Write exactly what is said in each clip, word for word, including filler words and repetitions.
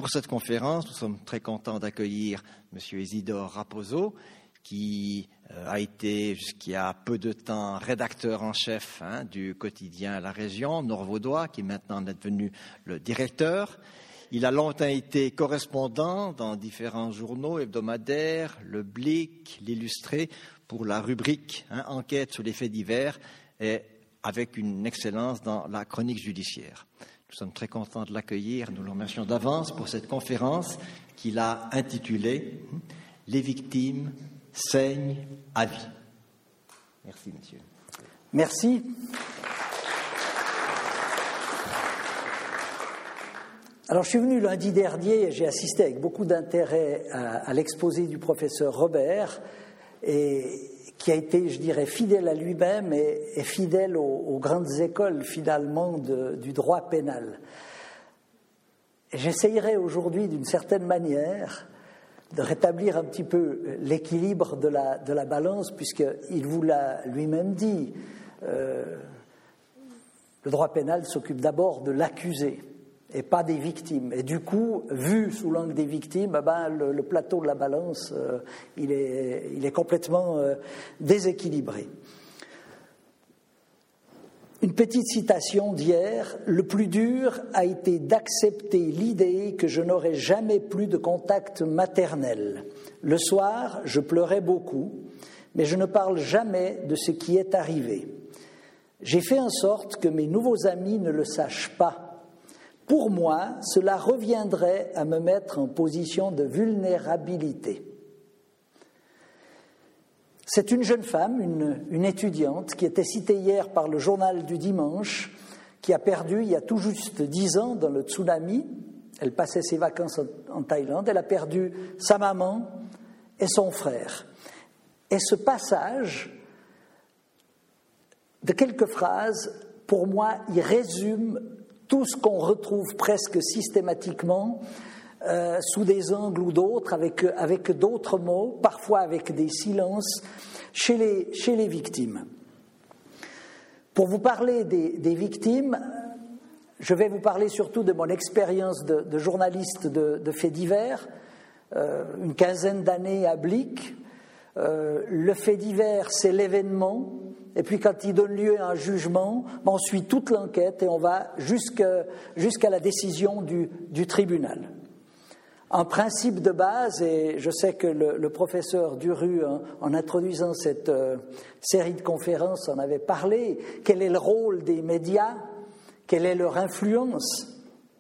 pour cette conférence, nous sommes très contents d'accueillir M. Isidore Raposo, qui a été jusqu'il y a peu de temps rédacteur en chef hein, du quotidien La Région, Nord-Vaudois, qui maintenant est devenu le directeur. Il a longtemps été correspondant dans différents journaux hebdomadaires, le Blick, l'Illustré, pour la rubrique hein, Enquête sur les faits divers, et avec une excellence dans la chronique judiciaire. Nous sommes très contents de l'accueillir. Nous le remercions d'avance pour cette conférence qu'il a intitulée « Les victimes saignent à vie ». Merci, monsieur. Merci. Alors, je suis venu lundi dernier et j'ai assisté avec beaucoup d'intérêt à, à l'exposé du professeur Robert, et, qui a été, je dirais, fidèle à lui-même et, et fidèle aux, aux grandes écoles, finalement, de, du droit pénal. Et j'essayerai aujourd'hui, d'une certaine manière, de rétablir un petit peu l'équilibre de la, de la balance, puisqu'il vous l'a lui-même dit, euh, le droit pénal s'occupe d'abord de l'accusé et pas des victimes. Et du coup, vu sous l'angle des victimes, eh ben, le, le plateau de la balance, euh, il, est, il est complètement euh, déséquilibré. Une petite citation d'hier. « Le plus dur a été d'accepter l'idée que je n'aurais jamais plus de contact maternel. Le soir, je pleurais beaucoup, mais je ne parle jamais de ce qui est arrivé. J'ai fait en sorte que mes nouveaux amis ne le sachent pas. Pour moi, cela reviendrait à me mettre en position de vulnérabilité. » C'est une jeune femme, une, une étudiante, qui était citée hier par le journal du dimanche, qui a perdu, il y a tout juste dix ans, dans le tsunami. Elle passait ses vacances en, en Thaïlande. Elle a perdu sa maman et son frère. Et ce passage de quelques phrases, pour moi, il résume tout ce qu'on retrouve presque systématiquement euh, sous des angles ou d'autres, avec, avec d'autres mots, parfois avec des silences, chez les, chez les victimes. Pour vous parler des, des victimes, je vais vous parler surtout de mon expérience de, de journaliste de, de faits divers, euh, une quinzaine d'années à Blic. Euh, le fait divers, c'est l'événement. Et puis quand il donne lieu à un jugement, on suit toute l'enquête et on va jusqu'à, jusqu'à la décision du, du tribunal. Un principe de base, et je sais que le, le professeur Duru, en, en introduisant cette euh, série de conférences, en avait parlé, quel est le rôle des médias, quelle est leur influence.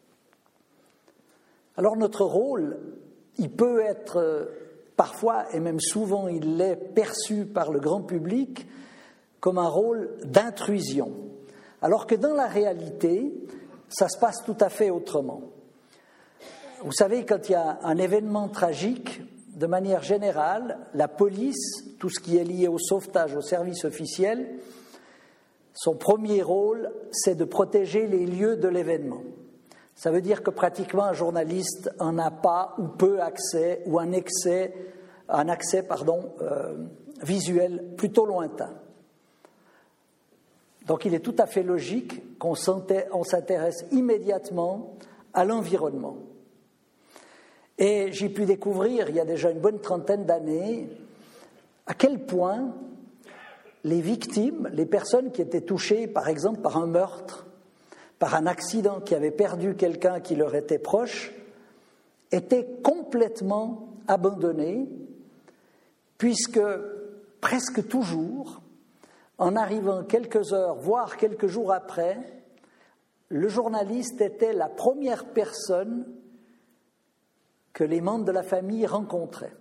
Alors notre rôle, il peut être euh, parfois, et même souvent il l'est, perçu par le grand public comme un rôle d'intrusion, alors que dans la réalité, ça se passe tout à fait autrement. Vous savez, quand il y a un événement tragique, de manière générale, la police, tout ce qui est lié au sauvetage, au service officiel, son premier rôle, c'est de protéger les lieux de l'événement. Ça veut dire que pratiquement un journaliste en a pas ou peu accès, ou un excès, un accès pardon, euh, visuel plutôt lointain. Donc il est tout à fait logique qu'on s'intéresse immédiatement à l'environnement. Et j'ai pu découvrir, il y a déjà une bonne trentaine d'années, à quel point les victimes, les personnes qui étaient touchées, par exemple, par un meurtre, par un accident, qui avait perdu quelqu'un qui leur était proche, étaient complètement abandonnées, puisque presque toujours, en arrivant quelques heures, voire quelques jours après, le journaliste était la première personne que les membres de la famille rencontraient.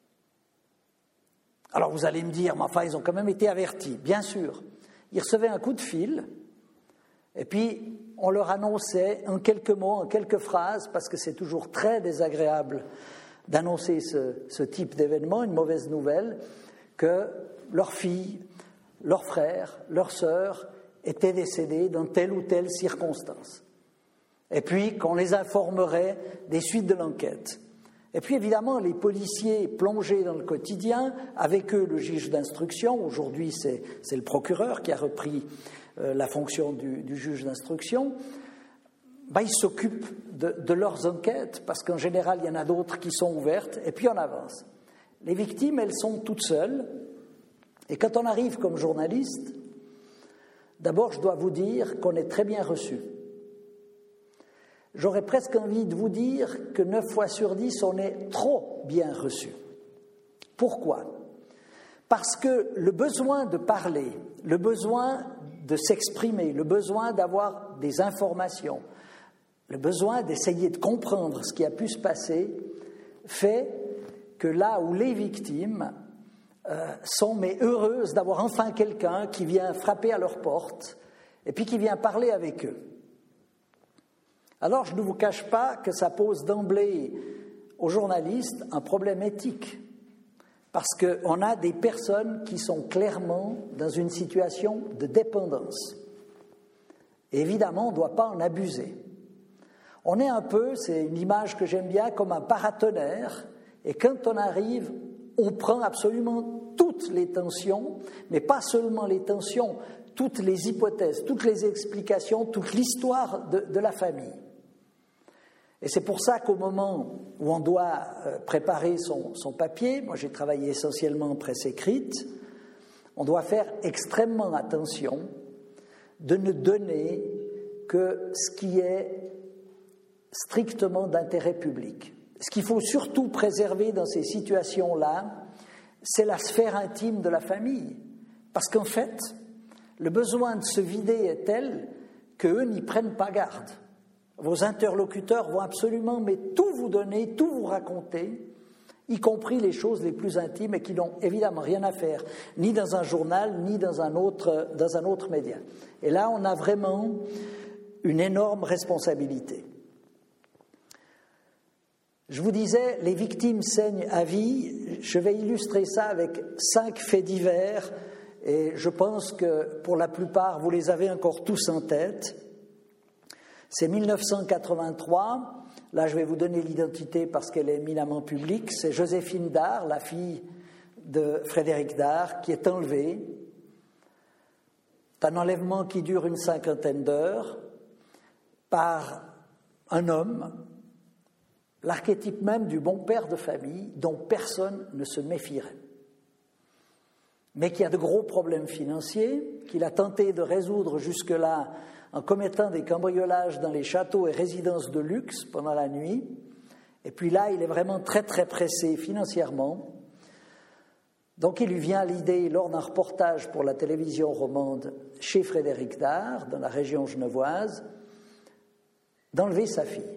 Alors vous allez me dire, mais enfin, ils ont quand même été avertis. Bien sûr, ils recevaient un coup de fil, et puis on leur annonçait en quelques mots, en quelques phrases, parce que c'est toujours très désagréable d'annoncer ce, ce type d'événement, une mauvaise nouvelle, que leur fille, leur frère, leur sœur étaient décédés dans telle ou telle circonstance. Et puis qu'on les informerait des suites de l'enquête. Et puis évidemment, les policiers plongés dans le quotidien, avec eux le juge d'instruction, aujourd'hui c'est, c'est le procureur qui a repris euh, la fonction du, du juge d'instruction, ben, ils s'occupent de, de leurs enquêtes, parce qu'en général, il y en a d'autres qui sont ouvertes, et puis on avance. Les victimes, elles sont toutes seules, et quand on arrive comme journaliste, d'abord, je dois vous dire qu'on est très bien reçu. J'aurais presque envie de vous dire que neuf fois sur dix, on est trop bien reçu. Pourquoi ? Parce que le besoin de parler, le besoin de s'exprimer, le besoin d'avoir des informations, le besoin d'essayer de comprendre ce qui a pu se passer, fait que là où les victimes euh, sont mais heureuses d'avoir enfin quelqu'un qui vient frapper à leur porte et puis qui vient parler avec eux. Alors, je ne vous cache pas que ça pose d'emblée aux journalistes un problème éthique, parce qu'on a des personnes qui sont clairement dans une situation de dépendance. Et évidemment, on ne doit pas en abuser. On est un peu, c'est une image que j'aime bien, comme un paratonnerre, et quand on arrive, on prend absolument toutes les tensions, mais pas seulement les tensions, toutes les hypothèses, toutes les explications, toute l'histoire de, de la famille. Et c'est pour ça qu'au moment où on doit préparer son, son papier, moi j'ai travaillé essentiellement en presse écrite, on doit faire extrêmement attention de ne donner que ce qui est strictement d'intérêt public. Ce qu'il faut surtout préserver dans ces situations-là, c'est la sphère intime de la famille. Parce qu'en fait, le besoin de se vider est tel qu'eux n'y prennent pas garde. Vos interlocuteurs vont absolument mais tout vous donner, tout vous raconter, y compris les choses les plus intimes et qui n'ont évidemment rien à faire, ni dans un journal, ni dans un autre, dans un autre média. Et là, on a vraiment une énorme responsabilité. Je vous disais, les victimes saignent à vie. Je vais illustrer ça avec cinq faits divers, et je pense que pour la plupart, vous les avez encore tous en tête. C'est mille neuf cent quatre-vingt-trois, là je vais vous donner l'identité parce qu'elle est éminemment publique, c'est Joséphine Dard, la fille de Frédéric Dard, qui est enlevée. C'est un enlèvement qui dure une cinquantaine d'heures par un homme, l'archétype même du bon père de famille dont personne ne se méfierait, mais qui a de gros problèmes financiers, qu'il a tenté de résoudre jusque-là en commettant des cambriolages dans les châteaux et résidences de luxe pendant la nuit. Et puis là, il est vraiment très très pressé financièrement. Donc il lui vient l'idée, lors d'un reportage pour la télévision romande chez Frédéric Dard, dans la région genevoise, d'enlever sa fille.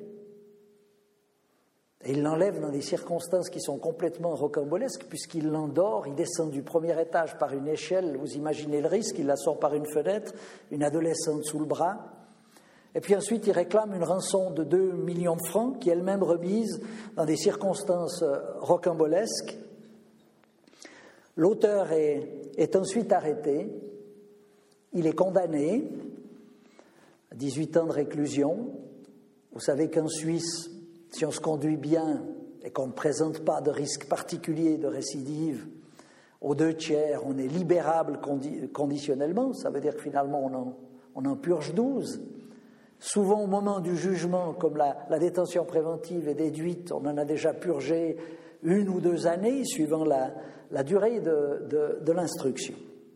Et il l'enlève dans des circonstances qui sont complètement rocambolesques, puisqu'il l'endort, il descend du premier étage par une échelle, vous imaginez le risque, il la sort par une fenêtre, une adolescente sous le bras, et puis ensuite il réclame une rançon de deux millions de francs, qui est elle-même remise dans des circonstances rocambolesques. L'auteur est, est ensuite arrêté, il est condamné à dix-huit ans de réclusion. Vous savez qu'en Suisse, si on se conduit bien et qu'on ne présente pas de risque particulier de récidive, aux deux tiers, on est libérable condi- conditionnellement. Ça veut dire que finalement, on en, on en purge douze. Souvent, au moment du jugement, comme la, la détention préventive est déduite, on en a déjà purgé une ou deux années, suivant la, la durée de, de, de l'instruction.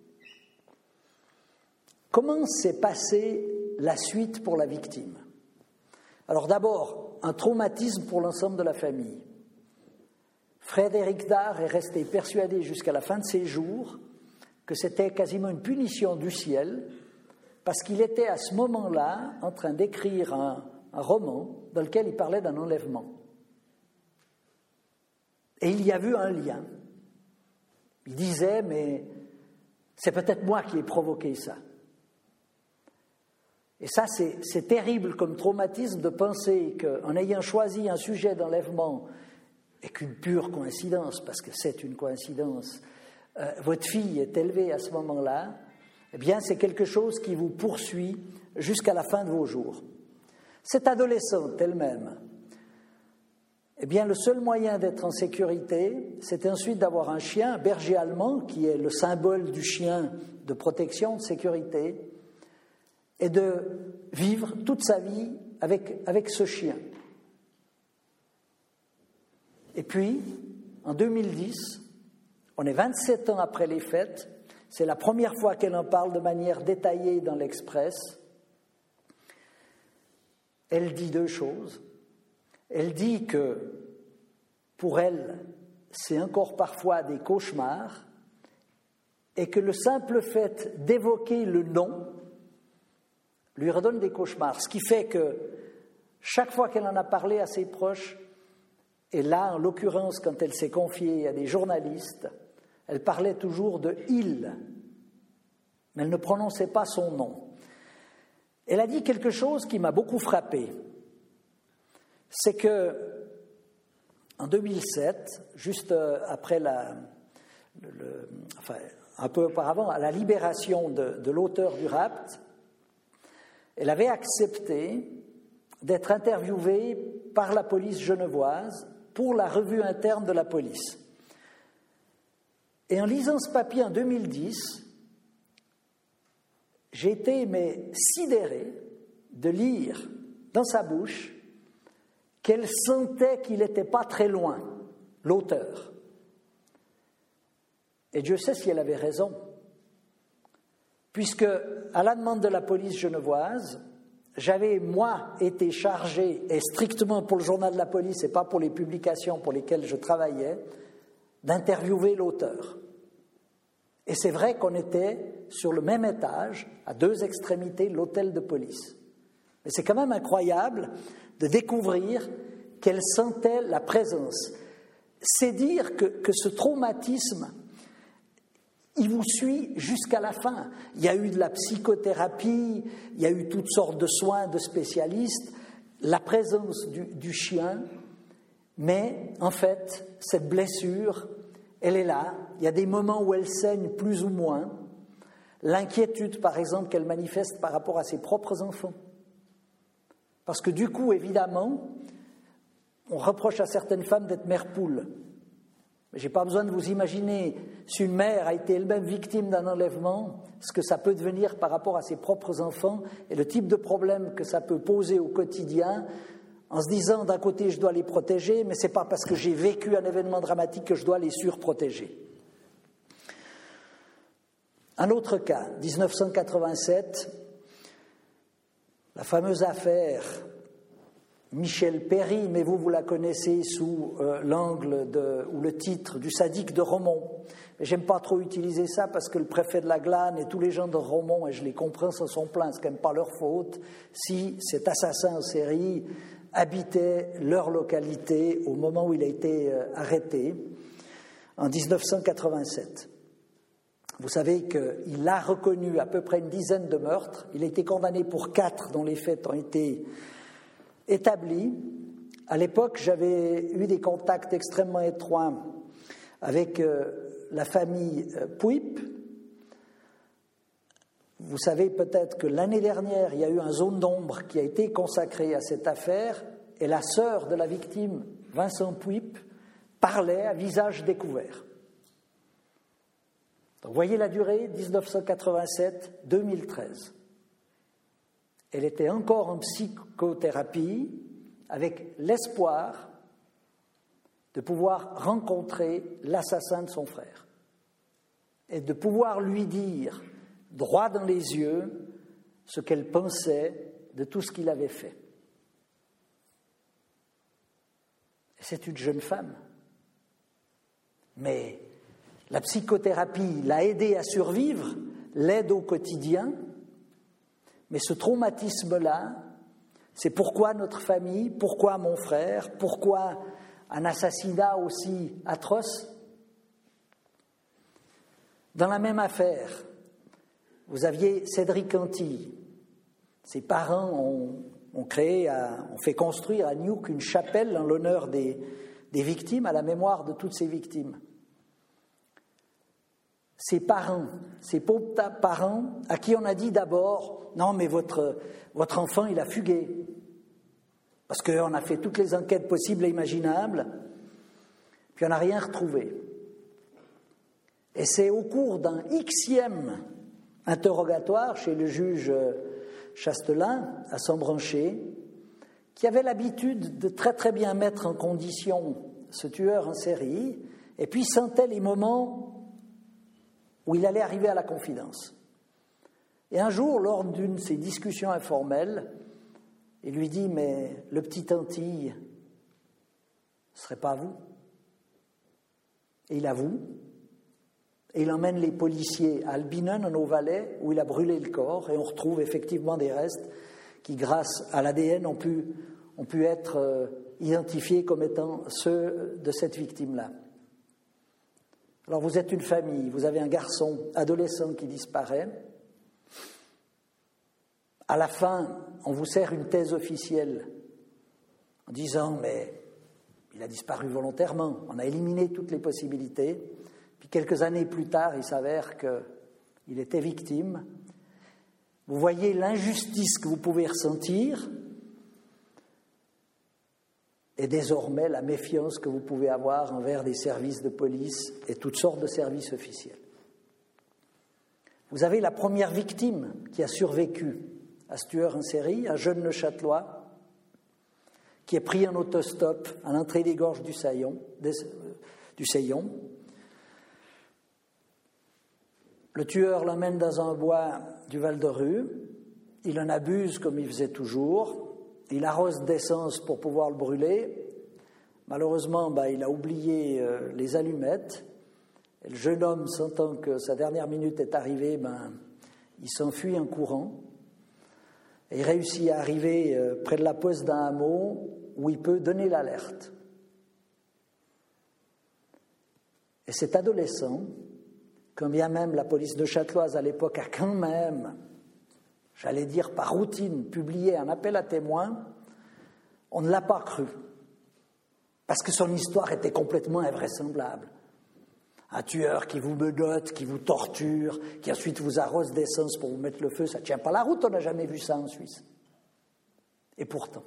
Comment s'est passée la suite pour la victime ? Alors d'abord, un traumatisme pour l'ensemble de la famille. Frédéric Dard est resté persuadé jusqu'à la fin de ses jours que c'était quasiment une punition du ciel, parce qu'il était à ce moment-là en train d'écrire un, un roman dans lequel il parlait d'un enlèvement. Et il y a vu un lien. Il disait, mais c'est peut-être moi qui ai provoqué ça. Et ça, c'est, c'est terrible comme traumatisme de penser qu'en ayant choisi un sujet d'enlèvement, et qu'une pure coïncidence, parce que c'est une coïncidence, euh, votre fille est élevée à ce moment-là, eh bien, c'est quelque chose qui vous poursuit jusqu'à la fin de vos jours. Cette adolescente elle-même, eh bien, le seul moyen d'être en sécurité, c'est ensuite d'avoir un chien, un berger allemand, qui est le symbole du chien de protection, de sécurité, et de vivre toute sa vie avec, avec ce chien. Et puis, en deux mille dix, on est vingt-sept ans après les faits, c'est la première fois qu'elle en parle de manière détaillée dans l'Express. Elle dit deux choses. Elle dit que, pour elle, c'est encore parfois des cauchemars, et que le simple fait d'évoquer le nom lui redonne des cauchemars. Ce qui fait que, chaque fois qu'elle en a parlé à ses proches, et là, en l'occurrence, quand elle s'est confiée à des journalistes, elle parlait toujours de « il », mais elle ne prononçait pas son nom. Elle a dit quelque chose qui m'a beaucoup frappé. C'est que, en deux mille sept, juste après la, le, le, enfin, un peu auparavant, à la libération de, de l'auteur du rapt, elle avait accepté d'être interviewée par la police genevoise pour la revue interne de la police. Et en lisant ce papier en deux mille dix, j'ai été mais, sidéré de lire dans sa bouche qu'elle sentait qu'il n'était pas très loin, l'auteur. Et Dieu sait si elle avait raison, puisque, à la demande de la police genevoise, j'avais, moi, été chargé, et strictement pour le journal de la police et pas pour les publications pour lesquelles je travaillais, d'interviewer l'auteur. Et c'est vrai qu'on était sur le même étage, à deux extrémités de l'hôtel de police. Mais c'est quand même incroyable de découvrir qu'elle sentait la présence. C'est dire que, que ce traumatisme, il vous suit jusqu'à la fin. Il y a eu de la psychothérapie, il y a eu toutes sortes de soins de spécialistes, la présence du, du chien, mais en fait, cette blessure, elle est là. Il y a des moments où elle saigne plus ou moins. L'inquiétude, par exemple, qu'elle manifeste par rapport à ses propres enfants. Parce que du coup, évidemment, on reproche à certaines femmes d'être mères poules. Mais je n'ai pas besoin de vous imaginer, si une mère a été elle-même victime d'un enlèvement, ce que ça peut devenir par rapport à ses propres enfants et le type de problème que ça peut poser au quotidien, en se disant d'un côté je dois les protéger, mais ce n'est pas parce que j'ai vécu un événement dramatique que je dois les surprotéger. Un autre cas, dix-neuf cent quatre-vingt-sept, la fameuse affaire Michel Péry, mais vous, vous la connaissez sous euh, l'angle de, ou le titre du sadique de Romont. Mais j'aime pas trop utiliser ça parce que le préfet de la Glane et tous les gens de Romont, et je les comprends, s'en sont plaints, c'est quand même pas leur faute, si cet assassin en série habitait leur localité au moment où il a été euh, arrêté, en dix-neuf cent quatre-vingt-sept. Vous savez qu'il a reconnu à peu près une dizaine de meurtres. Il a été condamné pour quatre dont les faits ont été établis. À l'époque, j'avais eu des contacts extrêmement étroits avec euh, la famille euh, Pouip. Vous savez peut-être que l'année dernière, il y a eu un zone d'ombre qui a été consacré à cette affaire et la sœur de la victime, Vincent Pouip, parlait à visage découvert. Donc, vous voyez la durée, dix-neuf cent quatre-vingt-sept à deux mille treize. Elle était encore en psychothérapie avec l'espoir de pouvoir rencontrer l'assassin de son frère et de pouvoir lui dire droit dans les yeux ce qu'elle pensait de tout ce qu'il avait fait. Et c'est une jeune femme. Mais la psychothérapie l'a aidée à survivre, l'aide au quotidien, mais ce traumatisme-là, c'est pourquoi notre famille, pourquoi mon frère, pourquoi un assassinat aussi atroce. Dans la même affaire, vous aviez Cédric Antille. Ses parents ont, ont créé, à, ont fait construire à Nuuk une chapelle en l'honneur des, des victimes, à la mémoire de toutes ces victimes. Ses parents, ses pauvres parents, à qui on a dit d'abord « Non, mais votre, votre enfant, il a fugué. » Parce qu'on a fait toutes les enquêtes possibles et imaginables, puis on n'a rien retrouvé. Et c'est au cours d'un Xème interrogatoire chez le juge Chastelain, à Sembrancher, qui avait l'habitude de très très bien mettre en condition ce tueur en série, et puis sentait les moments où il allait arriver à la confidence. Et un jour, lors d'une de ces discussions informelles, il lui dit « Mais le petit Antille, ce ne serait pas vous ?» Et il avoue, et il emmène les policiers à Albinon, en Haut-Valais, où il a brûlé le corps, et on retrouve effectivement des restes qui, grâce à l'A D N, ont pu, ont pu être euh, identifiés comme étant ceux de cette victime-là. Alors vous êtes une famille, vous avez un garçon adolescent qui disparaît. À la fin, on vous sert une thèse officielle en disant « mais il a disparu volontairement, on a éliminé toutes les possibilités ». Puis quelques années plus tard, il s'avère qu'il était victime. Vous voyez l'injustice que vous pouvez ressentir et désormais la méfiance que vous pouvez avoir envers des services de police et toutes sortes de services officiels. Vous avez la première victime qui a survécu à ce tueur en série, un jeune Neuchâtelois, qui est pris en autostop à l'entrée des gorges du Saillon. Des, euh, du Saillon. Le tueur l'emmène dans un bois du Val-de-Rue, il en abuse comme il faisait toujours, il arrose d'essence pour pouvoir le brûler. Malheureusement, bah, il a oublié euh, les allumettes. Et le jeune homme, sentant que sa dernière minute est arrivée, ben, il s'enfuit en courant. Et il réussit à arriver euh, près de la poste d'un hameau où il peut donner l'alerte. Et cet adolescent, quand bien même la police neuchâteloise à l'époque a quand même, j'allais dire par routine, publié un appel à témoins, on ne l'a pas cru. Parce que son histoire était complètement invraisemblable. Un tueur qui vous menotte, qui vous torture, qui ensuite vous arrose d'essence pour vous mettre le feu, ça ne tient pas la route, on n'a jamais vu ça en Suisse. Et pourtant.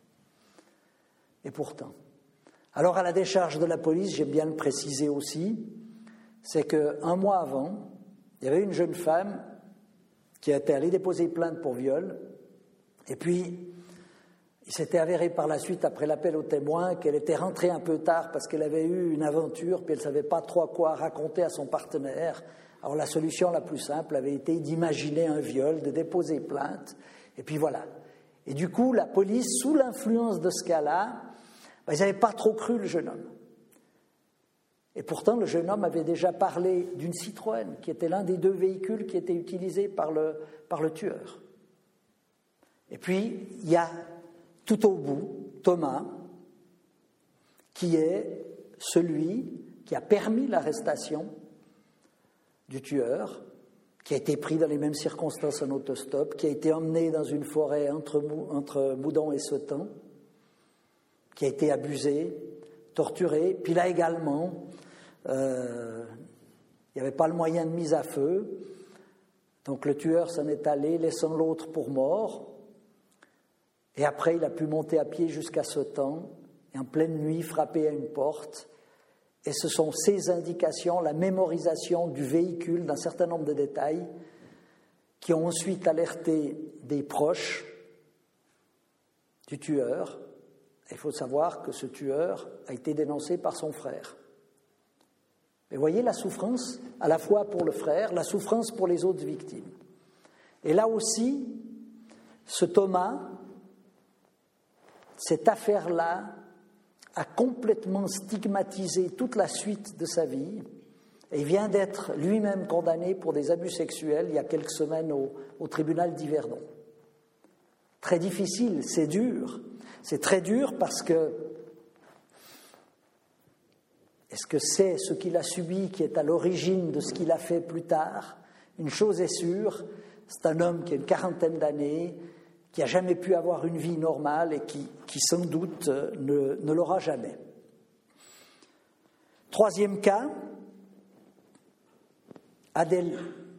Et pourtant. Alors à la décharge de la police, j'aime bien le préciser aussi, c'est qu'un mois avant, il y avait une jeune femme qui était allée déposer plainte pour viol, et puis il s'était avéré par la suite, après l'appel aux témoins, qu'elle était rentrée un peu tard parce qu'elle avait eu une aventure, puis elle ne savait pas trop quoi raconter à son partenaire. Alors la solution la plus simple avait été d'imaginer un viol, de déposer plainte, et puis voilà. Et du coup, la police, sous l'influence de ce cas-là, ben, ils n'avaient pas trop cru le jeune homme. Et pourtant, le jeune homme avait déjà parlé d'une Citroën, qui était l'un des deux véhicules qui étaient utilisés par le, par le tueur. Et puis, il y a tout au bout Thomas, qui est celui qui a permis l'arrestation du tueur, qui a été pris dans les mêmes circonstances en autostop, qui a été emmené dans une forêt entre, entre Moudon et Setan, qui a été abusé, torturé. Puis là également, euh, il n'y avait pas le moyen de mise à feu, donc le tueur s'en est allé, laissant l'autre pour mort. Et après, il a pu monter à pied jusqu'à Setan, et en pleine nuit, frapper à une porte. Et ce sont ces indications, la mémorisation du véhicule, d'un certain nombre de détails, qui ont ensuite alerté des proches du tueur. Il faut savoir que ce tueur a été dénoncé par son frère. Et voyez la souffrance, à la fois pour le frère, la souffrance pour les autres victimes. Et là aussi, ce Thomas, cette affaire-là, a complètement stigmatisé toute la suite de sa vie et vient d'être lui-même condamné pour des abus sexuels il y a quelques semaines au, au tribunal d'Yverdon. Très difficile, c'est dur. C'est très dur parce que est-ce que c'est ce qu'il a subi qui est à l'origine de ce qu'il a fait plus tard? Une chose est sûre, c'est un homme qui a une quarantaine d'années, qui n'a jamais pu avoir une vie normale et qui, qui sans doute, ne, ne l'aura jamais. Troisième cas, Adèle,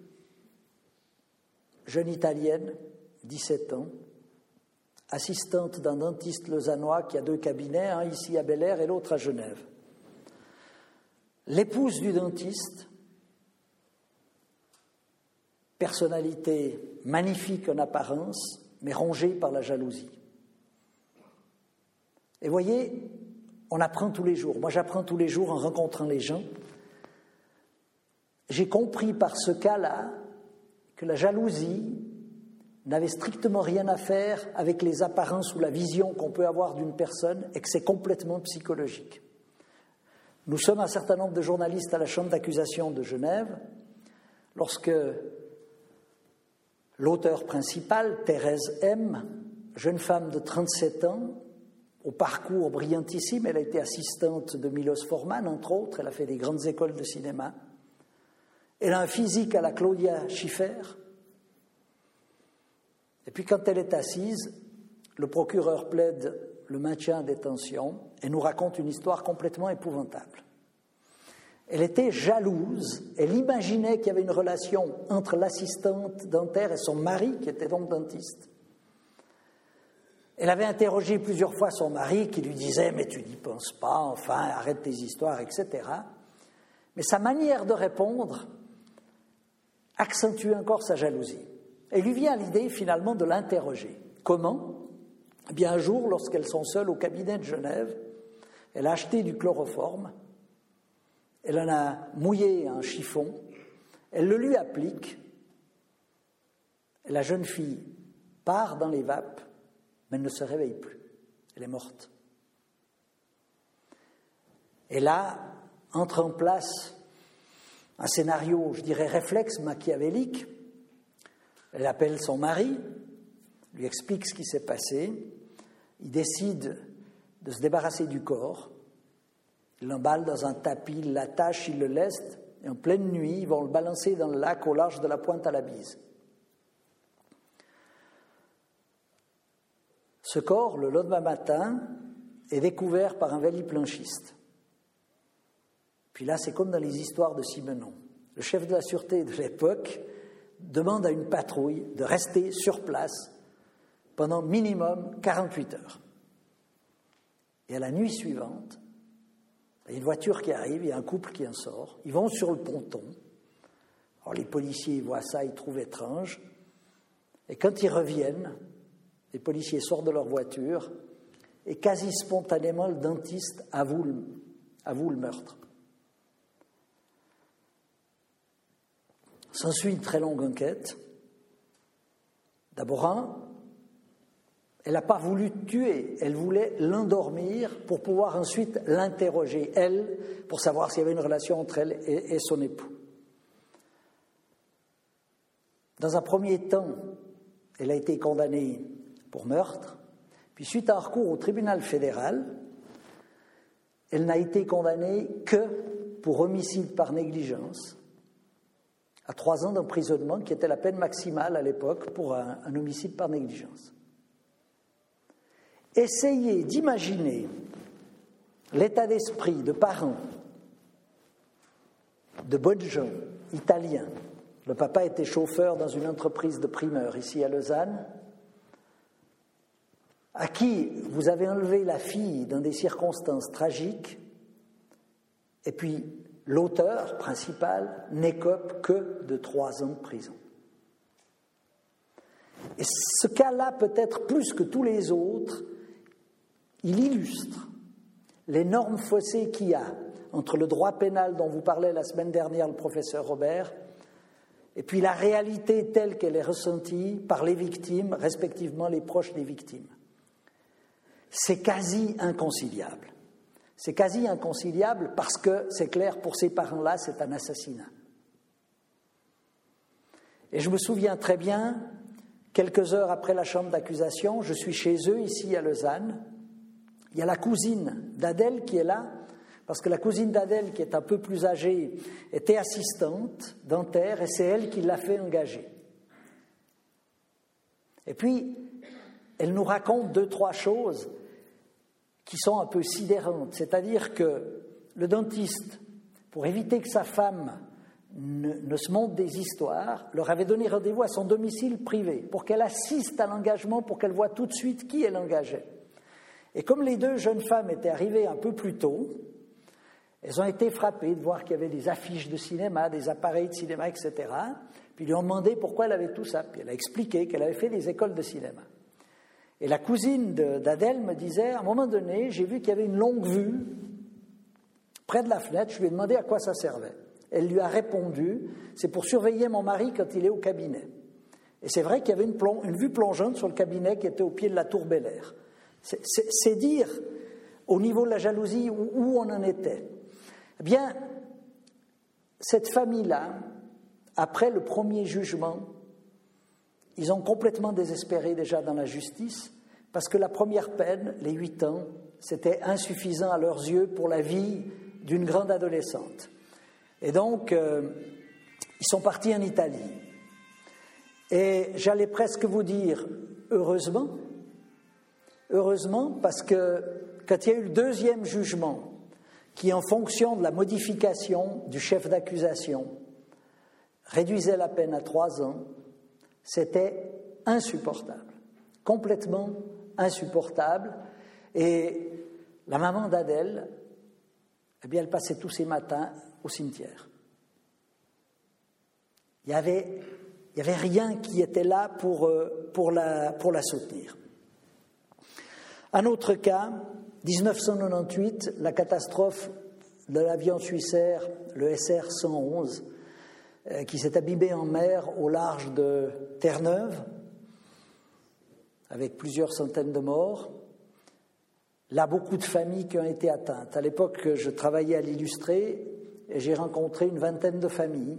jeune Italienne, dix-sept ans, assistante d'un dentiste lausannois qui a deux cabinets, un ici à Bel-Air et l'autre à Genève. L'épouse du dentiste, personnalité magnifique en apparence, mais rongée par la jalousie. Et voyez, on apprend tous les jours. Moi, j'apprends tous les jours en rencontrant les gens. J'ai compris par ce cas-là que la jalousie n'avait strictement rien à faire avec les apparences ou la vision qu'on peut avoir d'une personne et que c'est complètement psychologique. Nous sommes un certain nombre de journalistes à la Chambre d'accusation de Genève lorsque l'auteur principal, Thérèse M., jeune femme de trente-sept ans, au parcours brillantissime, elle a été assistante de Milos Forman, entre autres, elle a fait des grandes écoles de cinéma. Elle a un physique à la Claudia Schiffer. Et puis quand elle est assise, le procureur plaide le maintien en détention et nous raconte une histoire complètement épouvantable. Elle était jalouse, elle imaginait qu'il y avait une relation entre l'assistante dentaire et son mari, qui était donc dentiste. Elle avait interrogé plusieurs fois son mari, qui lui disait « mais tu n'y penses pas, enfin, arrête tes histoires, et cetera » Mais sa manière de répondre accentuait encore sa jalousie. Et lui vient l'idée finalement de l'interroger. Comment ? Eh bien, un jour, lorsqu'elles sont seules au cabinet de Genève, elle a acheté du chloroforme, elle en a mouillé un chiffon, elle le lui applique, et la jeune fille part dans les vapes, mais elle ne se réveille plus. Elle est morte. Et là, entre en place un scénario, je dirais, réflexe machiavélique. Elle appelle son mari, lui explique ce qui s'est passé. Il décide de se débarrasser du corps. Il l'emballe dans un tapis, il l'attache, il le laisse. Et en pleine nuit, ils vont le balancer dans le lac au large de la Pointe à la Bise. Ce corps, le lendemain matin, est découvert par un valliplanchiste. Puis là, c'est comme dans les histoires de Simenon. Le chef de la sûreté de l'époque demande à une patrouille de rester sur place pendant minimum quarante-huit heures. Et à la nuit suivante, il y a une voiture qui arrive, il y a un couple qui en sort, ils vont sur le ponton. Alors les policiers voient ça, ils trouvent étrange. Et quand ils reviennent, les policiers sortent de leur voiture et quasi spontanément, le dentiste avoue le, avoue le meurtre. S'ensuit une très longue enquête. D'abord, un, elle n'a pas voulu tuer, elle voulait l'endormir pour pouvoir ensuite l'interroger, elle, pour savoir s'il y avait une relation entre elle et, et son époux. Dans un premier temps, elle a été condamnée pour meurtre, puis suite à un recours au tribunal fédéral, elle n'a été condamnée que pour homicide par négligence, à trois ans d'emprisonnement, qui était la peine maximale à l'époque pour un, un homicide par négligence. Essayez d'imaginer l'état d'esprit de parents, de bonnes gens, italiens. Le papa était chauffeur dans une entreprise de primeurs ici à Lausanne, à qui vous avez enlevé la fille dans des circonstances tragiques, et puis l'auteur principal n'écope que de trois ans de prison. Et ce cas-là, peut-être plus que tous les autres, il illustre l'énorme fossé qu'il y a entre le droit pénal dont vous parlait la semaine dernière le professeur Robert et puis la réalité telle qu'elle est ressentie par les victimes, respectivement les proches des victimes. C'est quasi inconciliable. C'est quasi inconciliable parce que, c'est clair, pour ces parents-là, c'est un assassinat. Et je me souviens très bien, quelques heures après la chambre d'accusation, je suis chez eux, ici à Lausanne. Il y a la cousine d'Adèle qui est là, parce que la cousine d'Adèle, qui est un peu plus âgée, était assistante dentaire, et c'est elle qui l'a fait engager. Et puis, elle nous raconte deux, trois choses qui sont un peu sidérantes. C'est-à-dire que le dentiste, pour éviter que sa femme ne, ne se monte des histoires, leur avait donné rendez-vous à son domicile privé pour qu'elle assiste à l'engagement, pour qu'elle voie tout de suite qui elle engageait. Et comme les deux jeunes femmes étaient arrivées un peu plus tôt, elles ont été frappées de voir qu'il y avait des affiches de cinéma, des appareils de cinéma, et cetera. Puis ils lui ont demandé pourquoi elle avait tout ça. Puis elle a expliqué qu'elle avait fait des écoles de cinéma. Et la cousine d'Adèle me disait, à un moment donné, j'ai vu qu'il y avait une longue vue près de la fenêtre. Je lui ai demandé à quoi ça servait. Elle lui a répondu, c'est pour surveiller mon mari quand il est au cabinet. Et c'est vrai qu'il y avait une, plong- une vue plongeante sur le cabinet qui était au pied de la tour Bel Air. C'est, c'est, c'est dire, au niveau de la jalousie, où, où on en était. Eh bien, cette famille-là, après le premier jugement, ils ont complètement désespéré déjà dans la justice, parce que la première peine, les huit ans, c'était insuffisant à leurs yeux pour la vie d'une grande adolescente. Et donc, euh, ils sont partis en Italie. Et j'allais presque vous dire, heureusement, heureusement, parce que quand il y a eu le deuxième jugement, qui en fonction de la modification du chef d'accusation, réduisait la peine à trois ans, c'était insupportable, complètement insupportable. Et la maman d'Adèle, eh bien, elle passait tous ses matins au cimetière. Il n'y avait, il y avait rien qui était là pour, pour, la, pour la soutenir. Un autre cas, dix-neuf cent quatre-vingt-dix-huit, la catastrophe de l'avion suissaire, le S R cent onze, qui s'est abîmé en mer au large de Terre-Neuve, avec plusieurs centaines de morts. Là, beaucoup de familles qui ont été atteintes. À l'époque, je travaillais à l'Illustré et j'ai rencontré une vingtaine de familles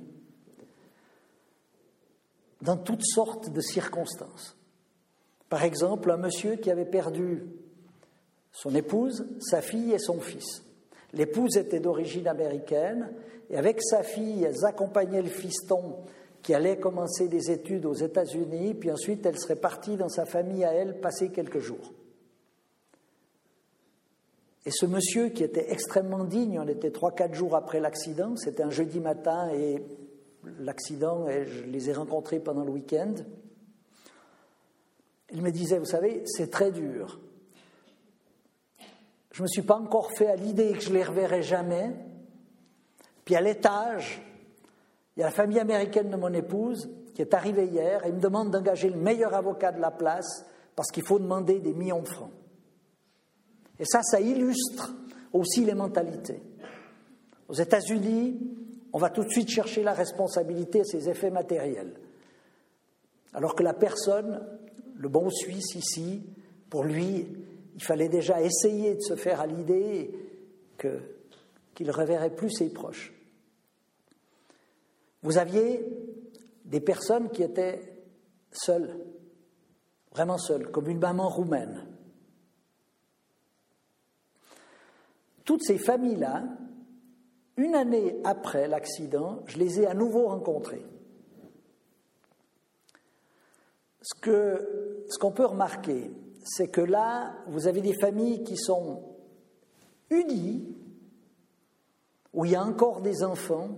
dans toutes sortes de circonstances. Par exemple, un monsieur qui avait perdu son épouse, sa fille et son fils. L'épouse était d'origine américaine et avec sa fille, elles accompagnaient le fiston qui allait commencer des études aux États-Unis, puis ensuite elle serait partie dans sa famille à elle passer quelques jours. Et ce monsieur qui était extrêmement digne, on était trois, quatre jours après l'accident, c'était un jeudi matin et l'accident, et je les ai rencontrés pendant le week-end, il me disait, vous savez, c'est très dur. Je ne me suis pas encore fait à l'idée que je ne les reverrai jamais. Puis à l'étage, il y a la famille américaine de mon épouse qui est arrivée hier et me demande d'engager le meilleur avocat de la place parce qu'il faut demander des millions de francs. Et ça, ça illustre aussi les mentalités. Aux États-Unis, on va tout de suite chercher la responsabilité et ses effets matériels. Alors que la personne, le bon Suisse ici, pour lui, il fallait déjà essayer de se faire à l'idée que, qu'il ne reverrait plus ses proches. Vous aviez des personnes qui étaient seules, vraiment seules, comme une maman roumaine. Toutes ces familles-là, une année après l'accident, je les ai à nouveau rencontrées. Ce que, ce qu'on peut remarquer, c'est que là, vous avez des familles qui sont unies, où il y a encore des enfants.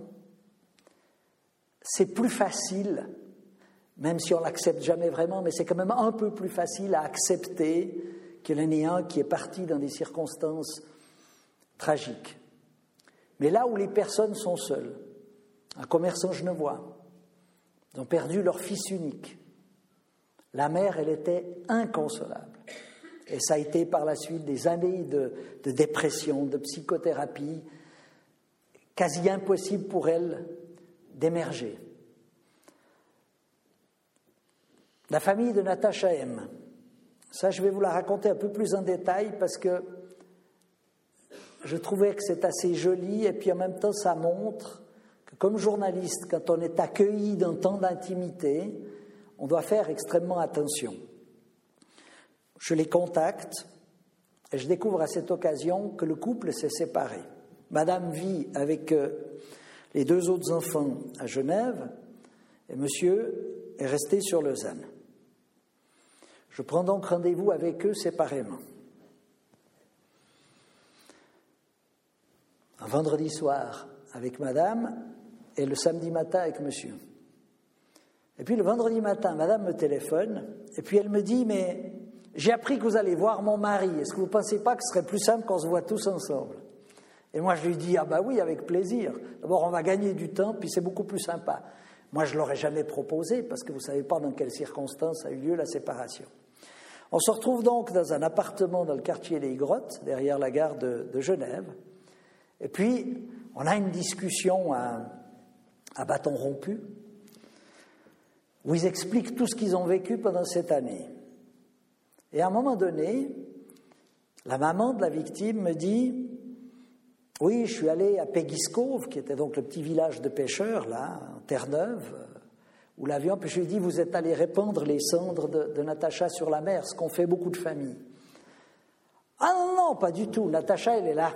C'est plus facile, même si on ne l'accepte jamais vraiment, mais c'est quand même un peu plus facile à accepter qu'il y en ait un qui est parti dans des circonstances tragiques. Mais là où les personnes sont seules, un commerçant genevois, ils ont perdu leur fils unique. La mère, elle était inconsolable. Et ça a été par la suite des années de, de dépression, de psychothérapie, quasi impossible pour elle d'émerger. La famille de Natacha M. Ça, je vais vous la raconter un peu plus en détail parce que je trouvais que c'est assez joli et puis en même temps, ça montre que comme journaliste, quand on est accueilli dans tant d'intimité, on doit faire extrêmement attention. Je les contacte et je découvre à cette occasion que le couple s'est séparé. Madame vit avec les deux autres enfants à Genève et monsieur est resté sur Lausanne. Je prends donc rendez-vous avec eux séparément. Un vendredi soir avec madame et le samedi matin avec monsieur. Et puis le vendredi matin, madame me téléphone et puis elle me dit « Mais j'ai appris que vous allez voir mon mari. Est-ce que vous ne pensez pas que ce serait plus simple qu'on se voit tous ensemble ?» Et moi je lui dis « Ah bah oui, avec plaisir. D'abord on va gagner du temps, puis c'est beaucoup plus sympa. » Moi je ne l'aurais jamais proposé parce que vous ne savez pas dans quelles circonstances a eu lieu la séparation. On se retrouve donc dans un appartement dans le quartier des Grottes, derrière la gare de, de Genève. Et puis, on a une discussion à, à bâton rompu, où ils expliquent tout ce qu'ils ont vécu pendant cette année. Et à un moment donné, la maman de la victime me dit « Oui, je suis allé à Peggy's Cove, qui était donc le petit village de pêcheurs, là, en Terre-Neuve, où l'avion, puis je lui ai dit, vous êtes allé répandre les cendres de, de Natacha sur la mer, ce qu'ont fait beaucoup de familles. Ah non, non, pas du tout, Natacha, elle est là.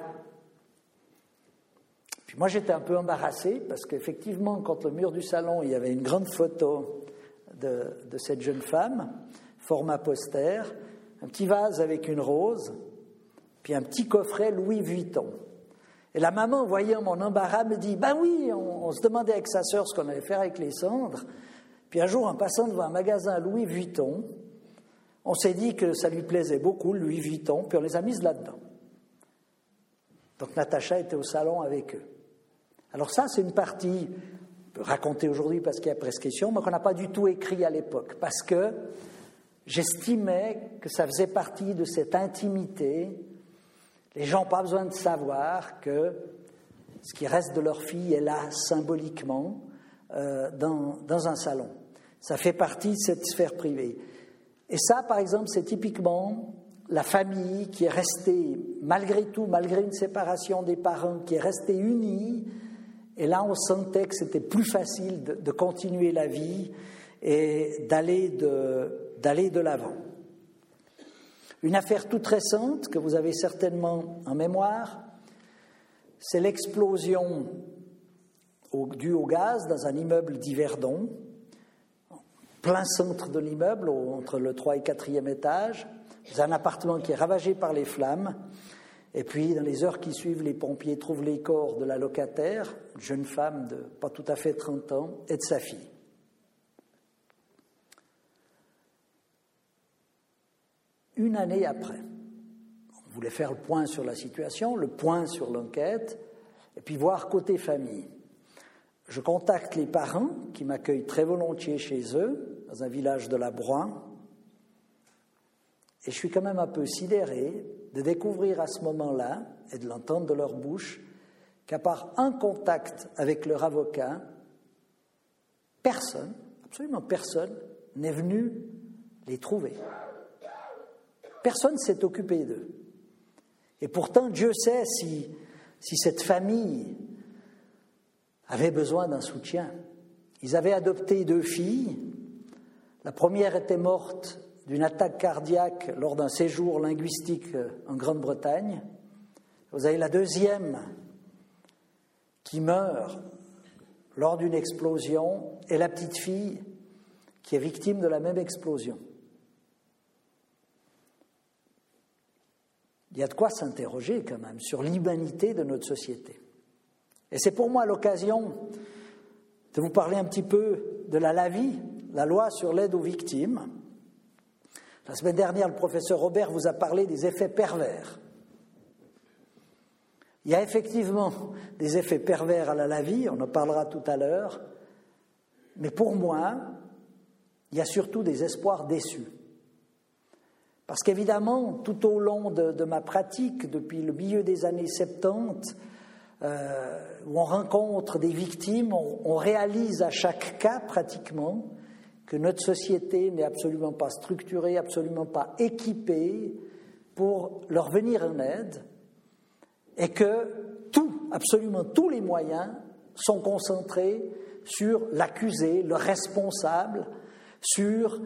Puis moi, j'étais un peu embarrassé, parce qu'effectivement, quand le mur du salon, il y avait une grande photo de, de cette jeune femme, format poster, un petit vase avec une rose, puis un petit coffret Louis Vuitton. Et la maman, voyant mon embarras, me dit, ben oui, on, on se demandait avec sa sœur ce qu'on allait faire avec les cendres. Puis un jour, en passant devant un magasin Louis Vuitton, on s'est dit que ça lui plaisait beaucoup, Louis Vuitton, puis on les a mises là-dedans. Donc Natacha était au salon avec eux. Alors ça, c'est une partie, on peut raconter aujourd'hui parce qu'il y a prescription, mais qu'on n'a pas du tout écrit à l'époque, parce que j'estimais que ça faisait partie de cette intimité. Les gens n'ont pas besoin de savoir que ce qui reste de leur fille est là symboliquement euh, dans, dans un salon. Ça fait partie de cette sphère privée. Et ça, par exemple, c'est typiquement la famille qui est restée, malgré tout, malgré une séparation des parents, qui est restée unie. Et là, on sentait que c'était plus facile de, de continuer la vie et d'aller de, d'aller de l'avant. Une affaire toute récente que vous avez certainement en mémoire, c'est l'explosion au, due au gaz dans un immeuble d'Yverdon, plein centre de l'immeuble, entre le trois et quatrième étage, c'est un appartement qui est ravagé par les flammes. Et puis, dans les heures qui suivent, les pompiers trouvent les corps de la locataire, une jeune femme de pas tout à fait trente ans, et de sa fille. Une année après, on voulait faire le point sur la situation, le point sur l'enquête, et puis voir côté famille. Je contacte les parents qui m'accueillent très volontiers chez eux, dans un village de la Broye, et je suis quand même un peu sidéré de découvrir à ce moment-là, et de l'entendre de leur bouche, qu'à part un contact avec leur avocat, personne, absolument personne, n'est venu les trouver. Personne ne s'est occupé d'eux. Et pourtant, Dieu sait si, si cette famille avait besoin d'un soutien. Ils avaient adopté deux filles. La première était morte d'une attaque cardiaque lors d'un séjour linguistique en Grande-Bretagne. Vous avez la deuxième qui meurt lors d'une explosion et la petite fille qui est victime de la même explosion. Il y a de quoi s'interroger quand même sur l'humanité de notre société. Et c'est pour moi l'occasion de vous parler un petit peu de la L A V I, la loi sur l'aide aux victimes. La semaine dernière, le professeur Robert vous a parlé des effets pervers. Il y a effectivement des effets pervers à la L A V I, on en parlera tout à l'heure, mais pour moi, il y a surtout des espoirs déçus. Parce qu'évidemment, tout au long de, de ma pratique, depuis le milieu des années soixante-dix, euh, où on rencontre des victimes, on, on réalise à chaque cas pratiquement que notre société n'est absolument pas structurée, absolument pas équipée pour leur venir en aide, et que tout, absolument tous les moyens sont concentrés sur l'accusé, le responsable, sur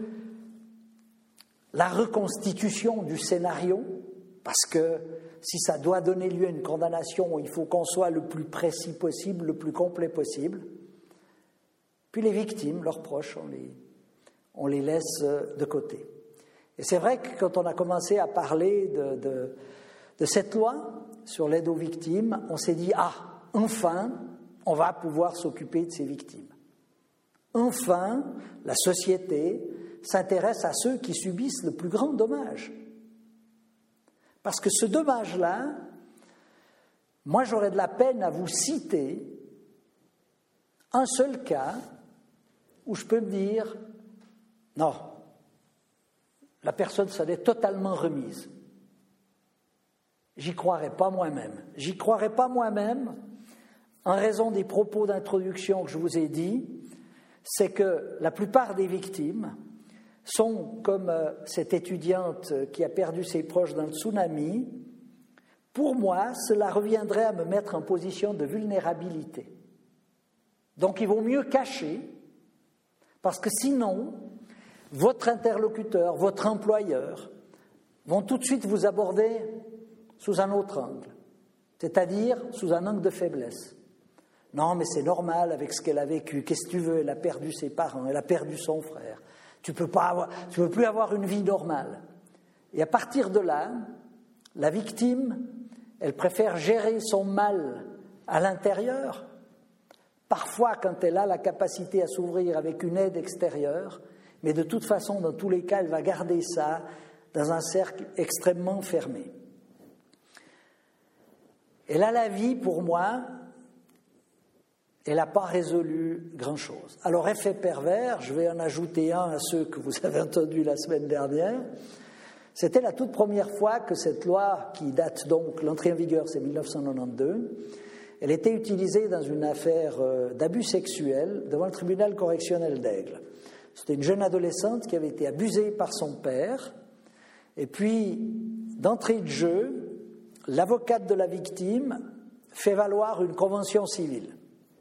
la reconstitution du scénario, parce que si ça doit donner lieu à une condamnation, il faut qu'on soit le plus précis possible, le plus complet possible. Puis les victimes, leurs proches, on les, on les laisse de côté. Et c'est vrai que quand on a commencé à parler de, de, de cette loi sur l'aide aux victimes, on s'est dit « Ah, enfin, on va pouvoir s'occuper de ces victimes. Enfin, la société s'intéresse à ceux qui subissent le plus grand dommage. » Parce que ce dommage-là, moi j'aurais de la peine à vous citer un seul cas où je peux me dire « Non, la personne s'en est totalement remise. J'y croirais pas moi-même. J'y croirais pas moi-même en raison des propos d'introduction que je vous ai dit, c'est que la plupart des victimes sont comme euh, cette étudiante qui a perdu ses proches dans le tsunami. Pour moi, cela reviendrait à me mettre en position de vulnérabilité. Donc il vaut mieux cacher, parce que sinon, votre interlocuteur, votre employeur, vont tout de suite vous aborder sous un autre angle, c'est-à-dire sous un angle de faiblesse. Non, mais c'est normal avec ce qu'elle a vécu. Qu'est-ce que tu veux? Elle a perdu ses parents, elle a perdu son frère. Tu peux pas avoir, tu peux plus avoir une vie normale. Et à partir de là, la victime, elle préfère gérer son mal à l'intérieur. Parfois, quand elle a la capacité à s'ouvrir avec une aide extérieure, mais de toute façon, dans tous les cas, elle va garder ça dans un cercle extrêmement fermé. Et là, la vie, pour moi, elle n'a pas résolu grand-chose. Alors, effet pervers, je vais en ajouter un à ceux que vous avez entendus la semaine dernière. C'était la toute première fois que cette loi, qui date donc, l'entrée en vigueur, c'est mille neuf cent quatre-vingt-douze, elle était utilisée dans une affaire d'abus sexuel devant le tribunal correctionnel d'Aigle. C'était une jeune adolescente qui avait été abusée par son père. Et puis, d'entrée de jeu, l'avocate de la victime fait valoir une convention civile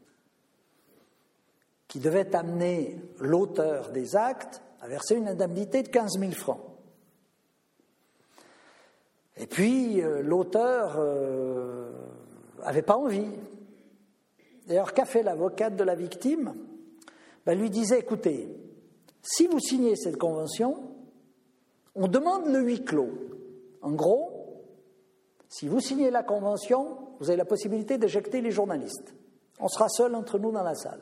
qui devait amener l'auteur des actes à verser une indemnité de quinze mille francs. Et puis, euh, l'auteur euh, avait pas envie. D'ailleurs, qu'a fait l'avocate de la victime? Ben, elle lui disait, écoutez, si vous signez cette convention, on demande le huis clos. En gros, si vous signez la convention, vous avez la possibilité d'éjecter les journalistes. On sera seul entre nous dans la salle.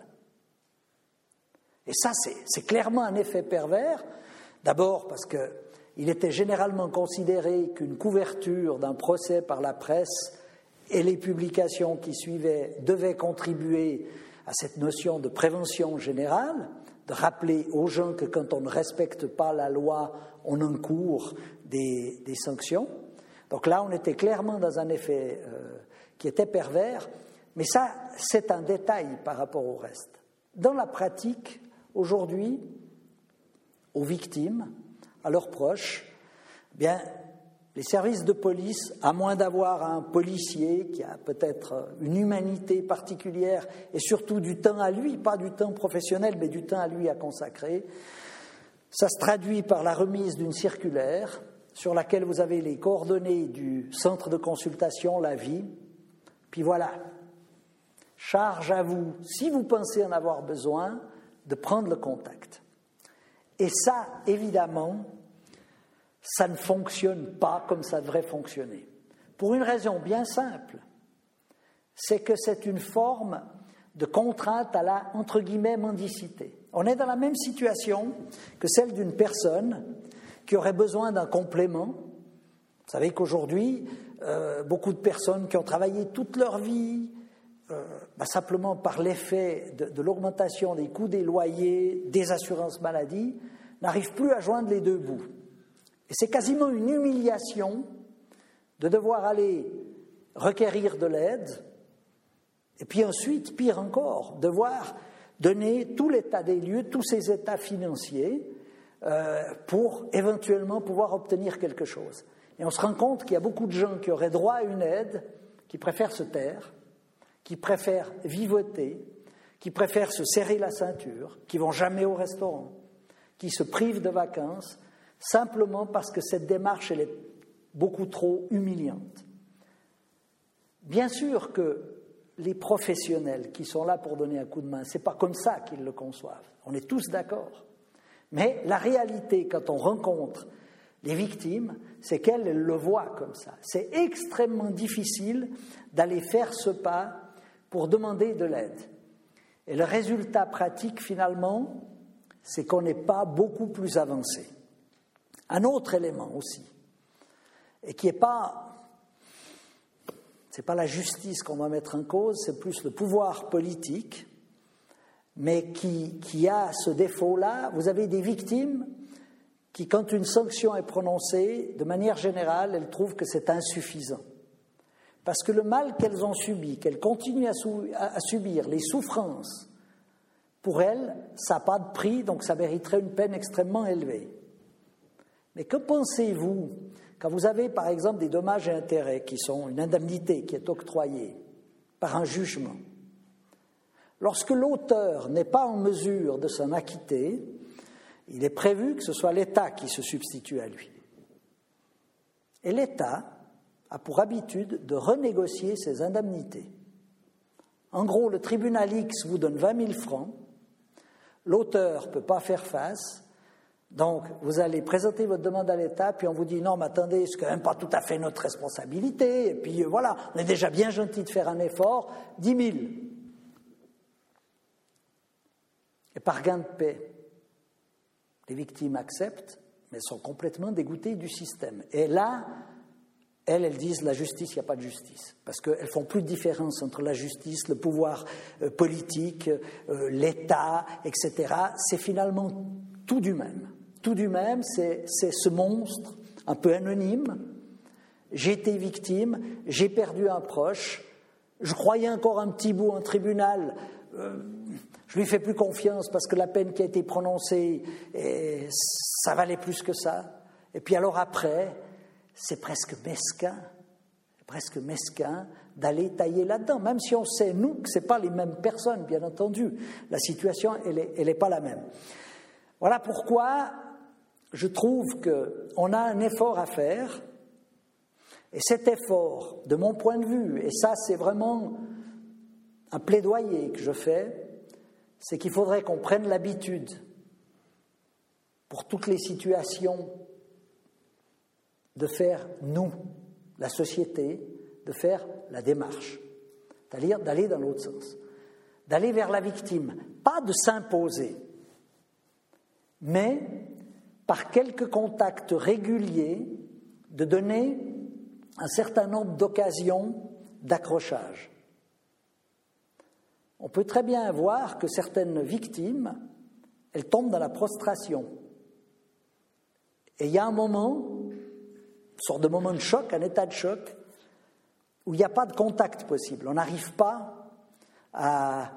Et ça, c'est, c'est clairement un effet pervers. D'abord parce qu'il était généralement considéré qu'une couverture d'un procès par la presse et les publications qui suivaient devaient contribuer à cette notion de prévention générale, de rappeler aux gens que quand on ne respecte pas la loi, on encourt des, des sanctions. Donc là, on était clairement dans un effet euh, qui était pervers, mais ça, c'est un détail par rapport au reste. Dans la pratique, aujourd'hui, aux victimes, à leurs proches, eh bien, les services de police, à moins d'avoir un policier qui a peut-être une humanité particulière et surtout du temps à lui, pas du temps professionnel, mais du temps à lui à consacrer, ça se traduit par la remise d'une circulaire sur laquelle vous avez les coordonnées du centre de consultation, la vie, puis voilà, charge à vous, si vous pensez en avoir besoin, de prendre le contact. Et ça, évidemment, ça ne fonctionne pas comme ça devrait fonctionner. Pour une raison bien simple, c'est que c'est une forme de contrainte à la, entre guillemets, mendicité. On est dans la même situation que celle d'une personne qui aurait besoin d'un complément. Vous savez qu'aujourd'hui, euh, beaucoup de personnes qui ont travaillé toute leur vie, euh, bah simplement par l'effet de, de l'augmentation des coûts des loyers, des assurances maladie, n'arrivent plus à joindre les deux bouts. Et c'est quasiment une humiliation de devoir aller requérir de l'aide, et puis ensuite, pire encore, devoir donner tout l'état des lieux, tous ces états financiers, euh, pour éventuellement pouvoir obtenir quelque chose. Et on se rend compte qu'il y a beaucoup de gens qui auraient droit à une aide, qui préfèrent se taire, qui préfèrent vivoter, qui préfèrent se serrer la ceinture, qui vont jamais au restaurant, qui se privent de vacances, simplement parce que cette démarche, elle est beaucoup trop humiliante. Bien sûr que les professionnels qui sont là pour donner un coup de main, ce n'est pas comme ça qu'ils le conçoivent. On est tous d'accord. Mais la réalité, quand on rencontre les victimes, c'est qu'elles elles le voient comme ça. C'est extrêmement difficile d'aller faire ce pas pour demander de l'aide. Et le résultat pratique, finalement, c'est qu'on n'est pas beaucoup plus avancé. Un autre élément aussi, et qui n'est pas, c'est pas la justice qu'on va mettre en cause, c'est plus le pouvoir politique, mais qui, qui a ce défaut-là. Vous avez des victimes qui, quand une sanction est prononcée, de manière générale, elles trouvent que c'est insuffisant. Parce que le mal qu'elles ont subi, qu'elles continuent à, sou- à subir, les souffrances, pour elles, ça n'a pas de prix, donc ça mériterait une peine extrêmement élevée. Mais que pensez-vous quand vous avez, par exemple, des dommages et intérêts qui sont une indemnité qui est octroyée par un jugement? Lorsque l'auteur n'est pas en mesure de s'en acquitter, il est prévu que ce soit l'État qui se substitue à lui. Et l'État a pour habitude de renégocier ses indemnités. En gros, le tribunal X vous donne vingt mille francs, l'auteur ne peut pas faire face, donc vous allez présenter votre demande à l'État, puis on vous dit « Non, mais attendez, c'est quand même pas tout à fait notre responsabilité, et puis voilà, on est déjà bien gentil de faire un effort, dix mille. » Et par gain de paix, les victimes acceptent, mais sont complètement dégoûtées du système. Et là, elles, elles disent la justice, il n'y a pas de justice. Parce qu'elles ne font plus de différence entre la justice, le pouvoir euh, politique, euh, l'État, et cetera. C'est finalement tout du même. Tout du même, c'est, c'est ce monstre un peu anonyme. J'ai été victime, j'ai perdu un proche, je croyais encore un petit bout en tribunal. Euh, je lui fais plus confiance parce que la peine qui a été prononcée, et ça valait plus que ça. Et puis alors après, c'est presque mesquin, presque mesquin d'aller tailler là-dedans, même si on sait, nous, que ce n'est pas les mêmes personnes, bien entendu. La situation, elle n'est elle est pas la même. Voilà pourquoi je trouve qu'on a un effort à faire, et cet effort, de mon point de vue, et ça c'est vraiment un plaidoyer que je fais, c'est qu'il faudrait qu'on prenne l'habitude, pour toutes les situations, de faire, nous, la société, de faire la démarche, c'est-à-dire d'aller dans l'autre sens, d'aller vers la victime, pas de s'imposer, mais par quelques contacts réguliers, de donner un certain nombre d'occasions d'accrochage. On peut très bien voir que certaines victimes, elles tombent dans la prostration. Et il y a un moment, une sorte de moment de choc, un état de choc, où il n'y a pas de contact possible. On n'arrive pas à,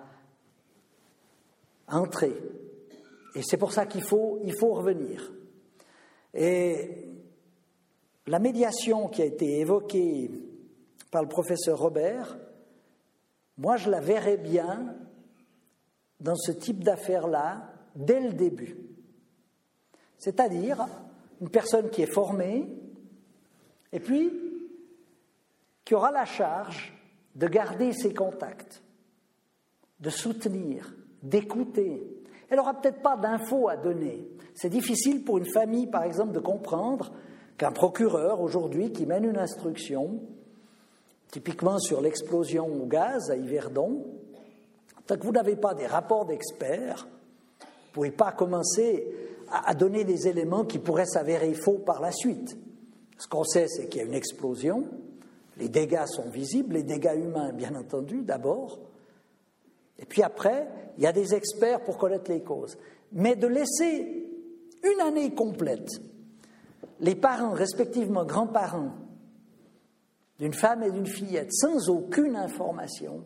à entrer. Et c'est pour ça qu'il faut, il faut revenir. Et la médiation qui a été évoquée par le professeur Robert, moi je la verrais bien dans ce type d'affaires-là dès le début. C'est-à-dire une personne qui est formée et puis qui aura la charge de garder ses contacts, de soutenir, d'écouter. Elle n'aura peut-être pas d'infos à donner. C'est difficile pour une famille, par exemple, de comprendre qu'un procureur, aujourd'hui, qui mène une instruction, typiquement sur l'explosion au gaz à Yverdon, tant que vous n'avez pas des rapports d'experts, vous ne pouvez pas commencer à donner des éléments qui pourraient s'avérer faux par la suite. Ce qu'on sait, c'est qu'il y a une explosion, les dégâts sont visibles, les dégâts humains, bien entendu, d'abord, et puis après, il y a des experts pour connaître les causes. Mais de laisser une année complète les parents, respectivement grands-parents, d'une femme et d'une fillette, sans aucune information,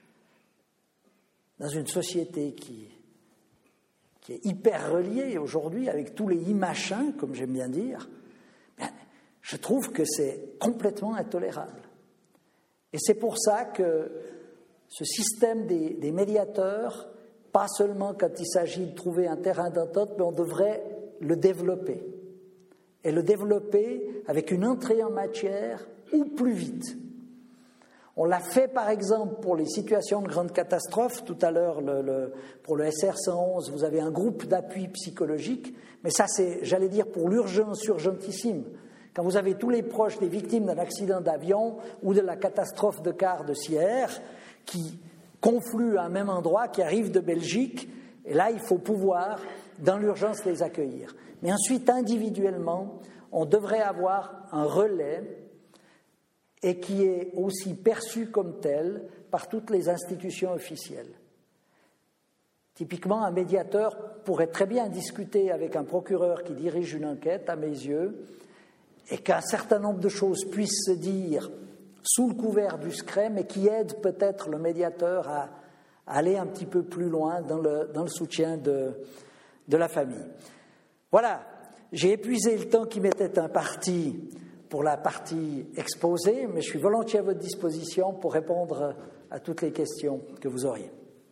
dans une société qui, qui est hyper reliée aujourd'hui, avec tous les i-machins, comme j'aime bien dire, ben, je trouve que c'est complètement intolérable. Et c'est pour ça que ce système des, des médiateurs, pas seulement quand il s'agit de trouver un terrain d'entente, mais on devrait le développer. Et le développer avec une entrée en matière ou plus vite. On l'a fait par exemple pour les situations de grande catastrophe. Tout à l'heure, le, le, pour le S R cent onze, vous avez un groupe d'appui psychologique, mais ça c'est, j'allais dire, pour l'urgence urgentissime. Quand vous avez tous les proches des victimes d'un accident d'avion ou de la catastrophe de car de Sierre, qui confluent à un même endroit, qui arrivent de Belgique, et là il faut pouvoir, dans l'urgence, les accueillir. Mais ensuite, individuellement, on devrait avoir un relais et qui est aussi perçu comme tel par toutes les institutions officielles. Typiquement, un médiateur pourrait très bien discuter avec un procureur qui dirige une enquête, à mes yeux, et qu'un certain nombre de choses puissent se dire sous le couvert du secret, mais qui aident peut-être le médiateur à, à aller un petit peu plus loin dans le, dans le soutien de, de la famille. Voilà, j'ai épuisé le temps qui m'était imparti pour la partie exposée, mais je suis volontiers à votre disposition pour répondre à toutes les questions que vous auriez.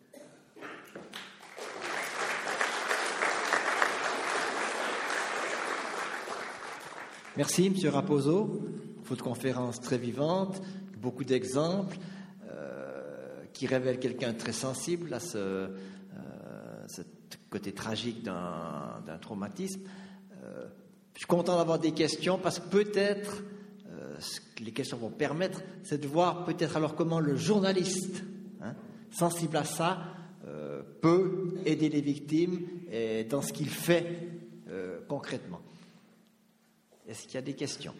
Merci, M. Raposo. Votre conférence très vivante, beaucoup d'exemples euh, qui révèlent quelqu'un de très sensible à ce, euh, ce côté tragique d'un, d'un traumatisme. Euh, je suis content d'avoir des questions parce que peut-être, euh, ce que les questions vont permettre, c'est de voir peut-être alors comment le journaliste, hein, sensible à ça, euh, peut aider les victimes et dans ce qu'il fait euh, concrètement. Est-ce qu'il y a des questions?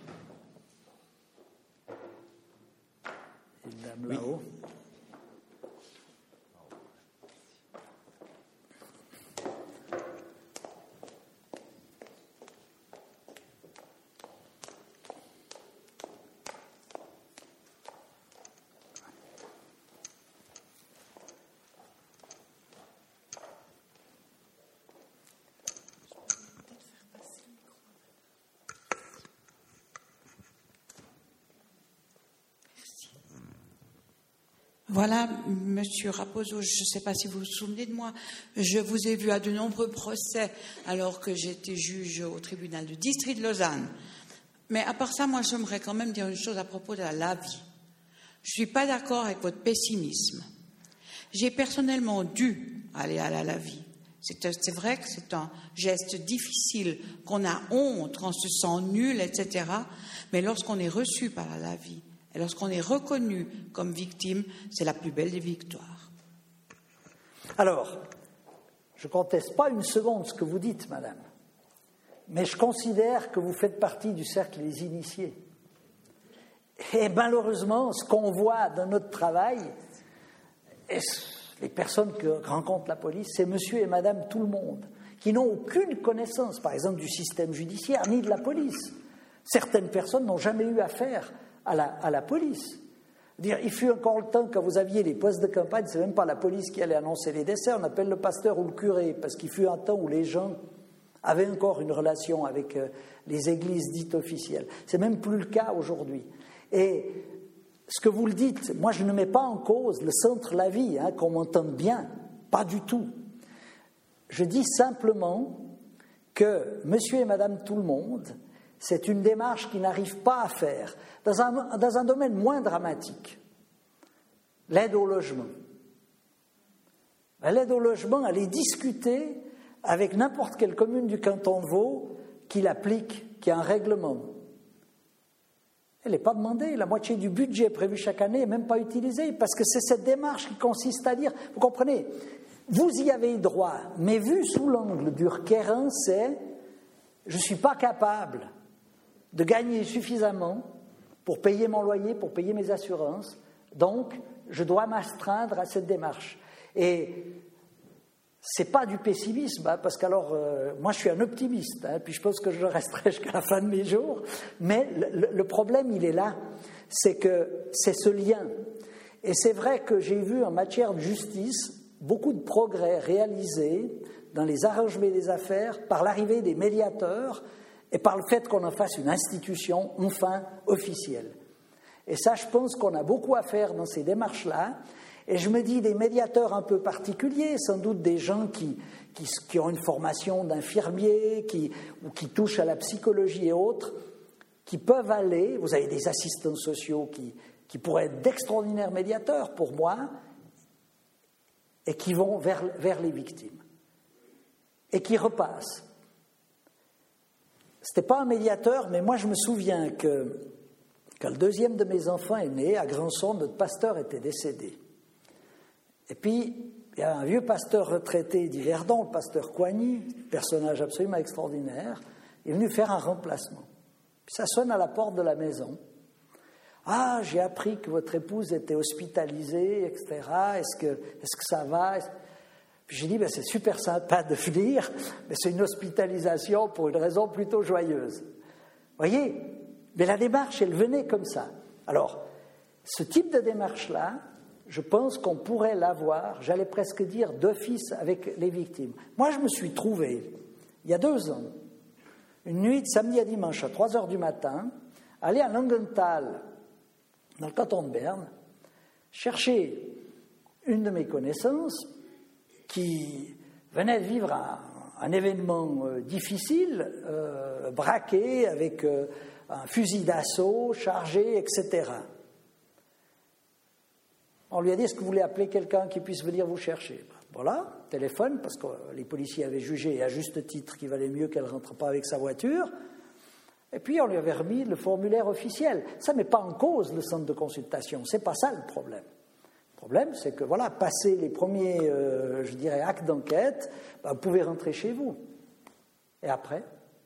Une dame là-haut. Oui. Voilà, Monsieur Raposo, je ne sais pas si vous vous souvenez de moi, je vous ai vu à de nombreux procès alors que j'étais juge au tribunal du district de Lausanne. Mais à part ça, moi, j'aimerais quand même dire une chose à propos de la vie. Je ne suis pas d'accord avec votre pessimisme. J'ai personnellement dû aller à la vie. C'est, c'est vrai que c'est un geste difficile, qu'on a honte, qu'on se sent nul, et cetera. Mais lorsqu'on est reçu par la vie, et lorsqu'on est reconnu comme victime, c'est la plus belle des victoires. Alors, je ne conteste pas une seconde ce que vous dites, madame, mais je considère que vous faites partie du cercle des initiés. Et malheureusement, ce qu'on voit dans notre travail, et les personnes que rencontre la police, c'est monsieur et madame tout le monde, qui n'ont aucune connaissance, par exemple, du système judiciaire, ni de la police. Certaines personnes n'ont jamais eu affaire à la, à la police. Dire, il fut encore le temps quand vous aviez les postes de campagne, c'est même pas la police qui allait annoncer les décès, on appelle le pasteur ou le curé, parce qu'il fut un temps où les gens avaient encore une relation avec euh, les églises dites officielles. C'est même plus le cas aujourd'hui. Et ce que vous le dites, moi je ne mets pas en cause le centre La Vie, hein, qu'on m'entende bien, pas du tout. Je dis simplement que monsieur et madame tout le monde, c'est une démarche qui n'arrive pas à faire dans un, dans un domaine moins dramatique. L'aide au logement. L'aide au logement, elle est discutée avec n'importe quelle commune du canton de Vaud qui l'applique, qui a un règlement. Elle n'est pas demandée. La moitié du budget prévu chaque année n'est même pas utilisée parce que c'est cette démarche qui consiste à dire, vous comprenez, vous y avez droit, mais vu sous l'angle du requérant, c'est je ne suis pas capable de gagner suffisamment pour payer mon loyer, pour payer mes assurances, donc je dois m'astreindre à cette démarche. Et ce n'est pas du pessimisme, hein, parce qu'alors, euh, moi je suis un optimiste, hein, puis je pense que je le resterai jusqu'à la fin de mes jours, mais le, le problème il est là, c'est que c'est ce lien. Et c'est vrai que j'ai vu en matière de justice beaucoup de progrès réalisés dans les arrangements des affaires par l'arrivée des médiateurs et par le fait qu'on en fasse une institution enfin officielle. Et ça, je pense qu'on a beaucoup à faire dans ces démarches-là. Et je me dis des médiateurs un peu particuliers, sans doute des gens qui, qui, qui ont une formation d'infirmiers, qui, ou qui touchent à la psychologie et autres, qui peuvent aller, vous avez des assistants sociaux qui, qui pourraient être d'extraordinaires médiateurs pour moi, et qui vont vers, vers les victimes, et qui repassent. Ce n'était pas un médiateur, mais moi je me souviens que quand le deuxième de mes enfants est né, à Grandson, notre pasteur était décédé. Et puis, il y a un vieux pasteur retraité d'Yverdon, le pasteur Coigny, personnage absolument extraordinaire, il est venu faire un remplacement. Puis ça sonne à la porte de la maison. « Ah, j'ai appris que votre épouse était hospitalisée, et cetera. Est-ce que, est-ce que ça va ?» Puis j'ai dit, ben, c'est super sympa de venir, mais c'est une hospitalisation pour une raison plutôt joyeuse. Vous voyez? Mais la démarche, elle venait comme ça. Alors, ce type de démarche-là, je pense qu'on pourrait l'avoir, j'allais presque dire, d'office avec les victimes. Moi, je me suis trouvé, il y a deux ans, une nuit de samedi à dimanche à trois heures du matin, aller à Langenthal, dans le canton de Berne, chercher une de mes connaissances qui venait de vivre un, un événement euh, difficile, euh, braqué avec euh, un fusil d'assaut chargé, et cetera. On lui a dit, est-ce que vous voulez appeler quelqu'un qui puisse venir vous chercher? Voilà, téléphone, parce que les policiers avaient jugé, à juste titre, qu'il valait mieux qu'elle ne rentre pas avec sa voiture. Et puis on lui avait remis le formulaire officiel. Ça ne met pas en cause le centre de consultation, ce n'est pas ça le problème. Le problème, c'est que, voilà, passer les premiers, euh, je dirais, actes d'enquête, ben, vous pouvez rentrer chez vous. Et après?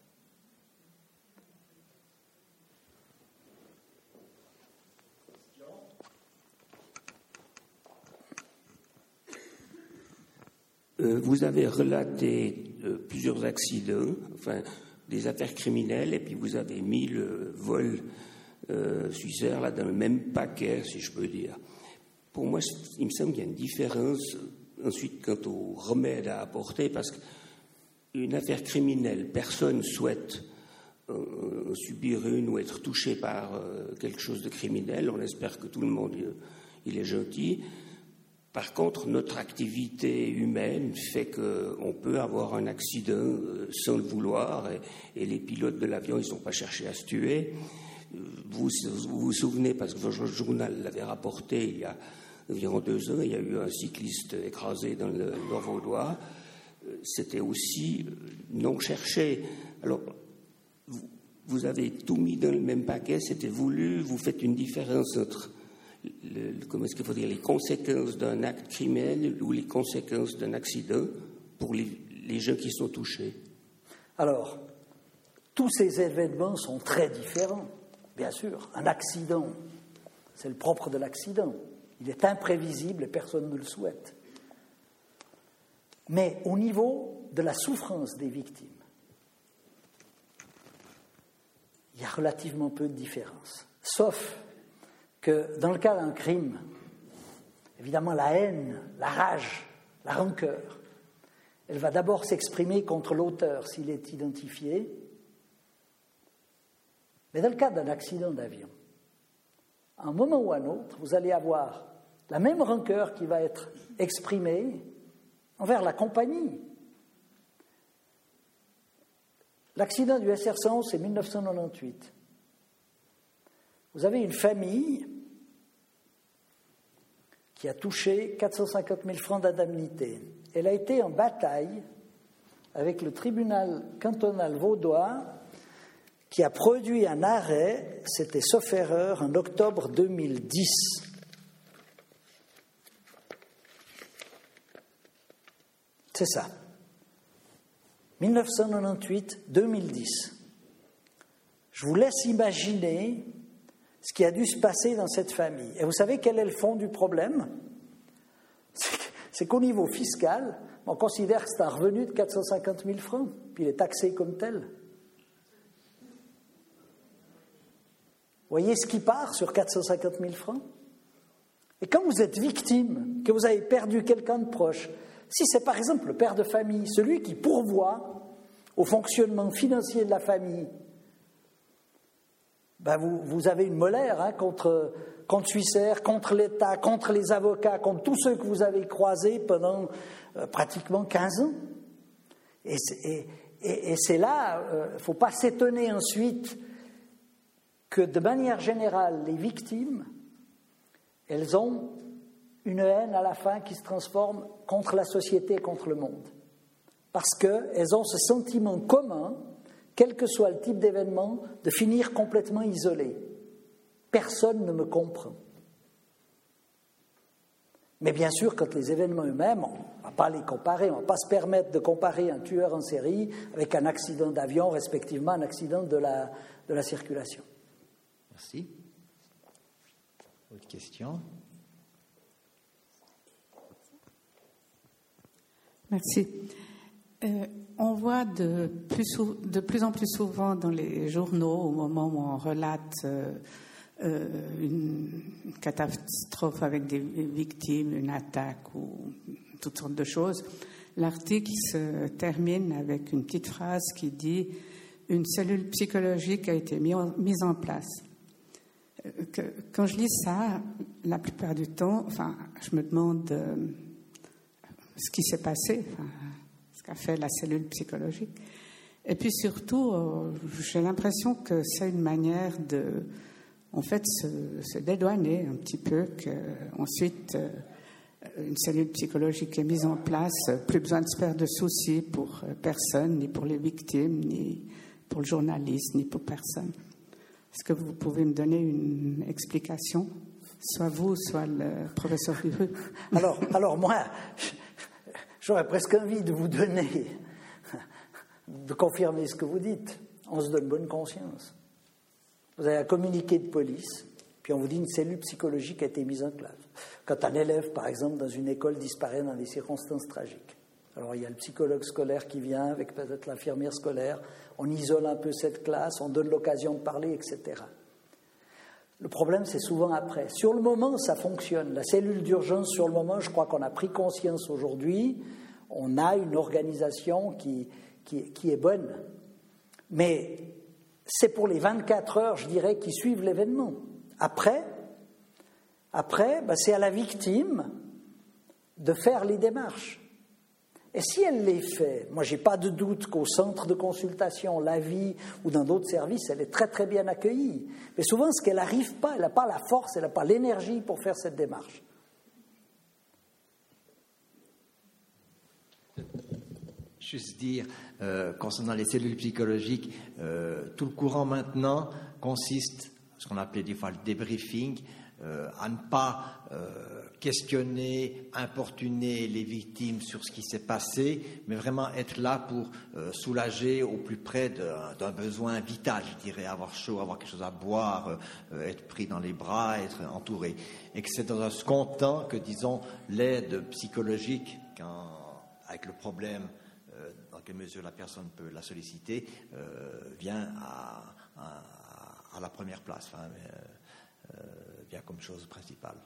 Euh, vous avez relaté euh, plusieurs accidents, enfin, des affaires criminelles, et puis vous avez mis le vol euh, suisseur là dans le même paquet, si je peux dire. Pour moi, il me semble qu'il y a une différence ensuite quant au remède à apporter, parce qu'une affaire criminelle, personne ne souhaite euh, subir une ou être touché par euh, quelque chose de criminel. On espère que tout le monde euh, il est gentil. Par contre, notre activité humaine fait qu'on peut avoir un accident euh, sans le vouloir, et, et les pilotes de l'avion, ils ne sont pas cherchés à se tuer. Vous vous, vous souvenez, parce que votre journal l'avait rapporté il y a environ deux ans, il y a eu un cycliste écrasé dans le Nord-Vaudois. C'était aussi non cherché. Alors, vous, vous avez tout mis dans le même paquet, c'était voulu, vous faites une différence entre le, le, comment est-ce qu'il faut dire, les conséquences d'un acte criminel ou les conséquences d'un accident pour les, les gens qui sont touchés. Alors, tous ces événements sont très différents, bien sûr. Un accident, c'est le propre de l'accident. Il est imprévisible et personne ne le souhaite. Mais au niveau de la souffrance des victimes, il y a relativement peu de différence. Sauf que dans le cas d'un crime, évidemment la haine, la rage, la rancœur, elle va d'abord s'exprimer contre l'auteur s'il est identifié. Mais dans le cas d'un accident d'avion, à un moment ou à un autre, vous allez avoir la même rancœur qui va être exprimée envers la compagnie. L'accident du S R cent onze, c'est mille neuf cent quatre-vingt-dix-huit. Vous avez une famille qui a touché quatre cent cinquante mille francs d'indemnité. Elle a été en bataille avec le tribunal cantonal vaudois qui a produit un arrêt, c'était sauf erreur, en octobre deux mille dix. C'est ça. mille neuf cent quatre-vingt-dix-huit deux mille dix. Je vous laisse imaginer ce qui a dû se passer dans cette famille. Et vous savez quel est le fond du problème ? C'est qu'au niveau fiscal, on considère que c'est un revenu de quatre cent cinquante mille francs, puis il est taxé comme tel. Vous voyez ce qui part sur quatre cent cinquante mille francs ? Et quand vous êtes victime, que vous avez perdu quelqu'un de proche, si c'est par exemple le père de famille, celui qui pourvoit au fonctionnement financier de la famille, ben vous, vous avez une molaire hein, contre, contre Suissair, contre l'État, contre les avocats, contre tous ceux que vous avez croisés pendant euh, pratiquement quinze ans. Et c'est, et, et, et c'est là, il euh, ne faut pas s'étonner ensuite que de manière générale, les victimes, elles ont une haine à la fin qui se transforme contre la société et contre le monde. Parce qu'elles ont ce sentiment commun, quel que soit le type d'événement, de finir complètement isolées. Personne ne me comprend. Mais bien sûr, quand les événements eux-mêmes, on ne va pas les comparer, on ne va pas se permettre de comparer un tueur en série avec un accident d'avion, respectivement un accident de la, de la circulation. Merci. Autre question ? Merci. Euh, on voit de plus, sou- de plus en plus souvent dans les journaux, au moment où on relate euh, euh, une catastrophe avec des victimes, une attaque ou toutes sortes de choses, l'article se termine avec une petite phrase qui dit « Une cellule psychologique a été mis en, mise en place ». Que, quand je lis ça, la plupart du temps, enfin, je me demande euh, ce qui s'est passé, enfin, ce qu'a fait la cellule psychologique. Et puis surtout, euh, j'ai l'impression que c'est une manière de, en fait, se, se dédouaner un petit peu, qu'ensuite, euh, une cellule psychologique est mise en place, plus besoin de se faire de soucis pour personne, ni pour les victimes, ni pour le journaliste, ni pour personne. Est-ce que vous pouvez me donner une explication, soit vous, soit le professeur Ruru? alors, alors moi, j'aurais presque envie de vous donner, de confirmer ce que vous dites. On se donne bonne conscience. Vous avez un communiqué de police, puis on vous dit une cellule psychologique a été mise en place. Quand un élève, par exemple, dans une école disparaît dans des circonstances tragiques. Alors il y a le psychologue scolaire qui vient avec peut-être l'infirmière scolaire, on isole un peu cette classe, on donne l'occasion de parler, et cetera. Le problème, c'est souvent après. Sur le moment, ça fonctionne. La cellule d'urgence, sur le moment, je crois qu'on a pris conscience aujourd'hui, on a une organisation qui, qui, qui est bonne. Mais c'est pour les vingt-quatre heures, je dirais, qui suivent l'événement. Après, après ben, c'est à la victime de faire les démarches. Et si elle les fait, moi je n'ai pas de doute qu'au centre de consultation, la vie ou dans d'autres services, elle est très très bien accueillie. Mais souvent, ce qu'elle n'arrive pas, elle n'a pas la force, elle n'a pas l'énergie pour faire cette démarche. Juste dire, euh, concernant les cellules psychologiques, euh, tout le courant maintenant consiste, ce qu'on appelait des fois le débriefing, euh, à ne pas euh, questionner, importuner les victimes sur ce qui s'est passé, mais vraiment être là pour euh, soulager au plus près d'un, d'un besoin vital, je dirais, avoir chaud, avoir quelque chose à boire, euh, être pris dans les bras, être entouré. Et que c'est dans un second temps que, disons, l'aide psychologique, quand, avec le problème, euh, dans quelle mesure la personne peut la solliciter, euh, vient à, à, à la première place, enfin, euh, vient comme chose principale.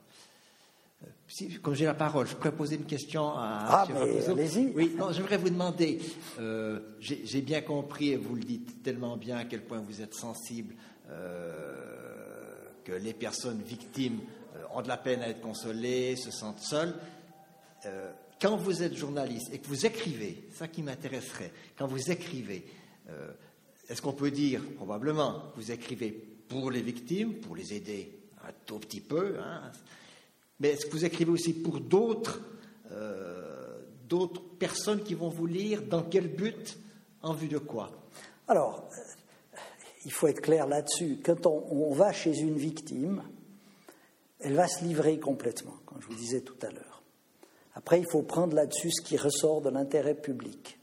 Si, comme j'ai la parole, je pourrais poser une question à Ah, M. mais Raposo. allez-y. Oui, non, j'aimerais vous demander, euh, j'ai, j'ai bien compris, et vous le dites tellement bien, à quel point vous êtes sensible, euh, que les personnes victimes euh, ont de la peine à être consolées, se sentent seules. Euh, quand vous êtes journaliste et que vous écrivez, ça qui m'intéresserait, quand vous écrivez, euh, est-ce qu'on peut dire, probablement, vous écrivez pour les victimes, pour les aider un tout petit peu, hein, mais est-ce que vous écrivez aussi pour d'autres, euh, d'autres personnes qui vont vous lire? Dans quel but? En vue de quoi? Alors, il faut être clair là-dessus. Quand on, on va chez une victime, elle va se livrer complètement, comme je vous disais tout à l'heure. Après, il faut prendre là-dessus ce qui ressort de l'intérêt public.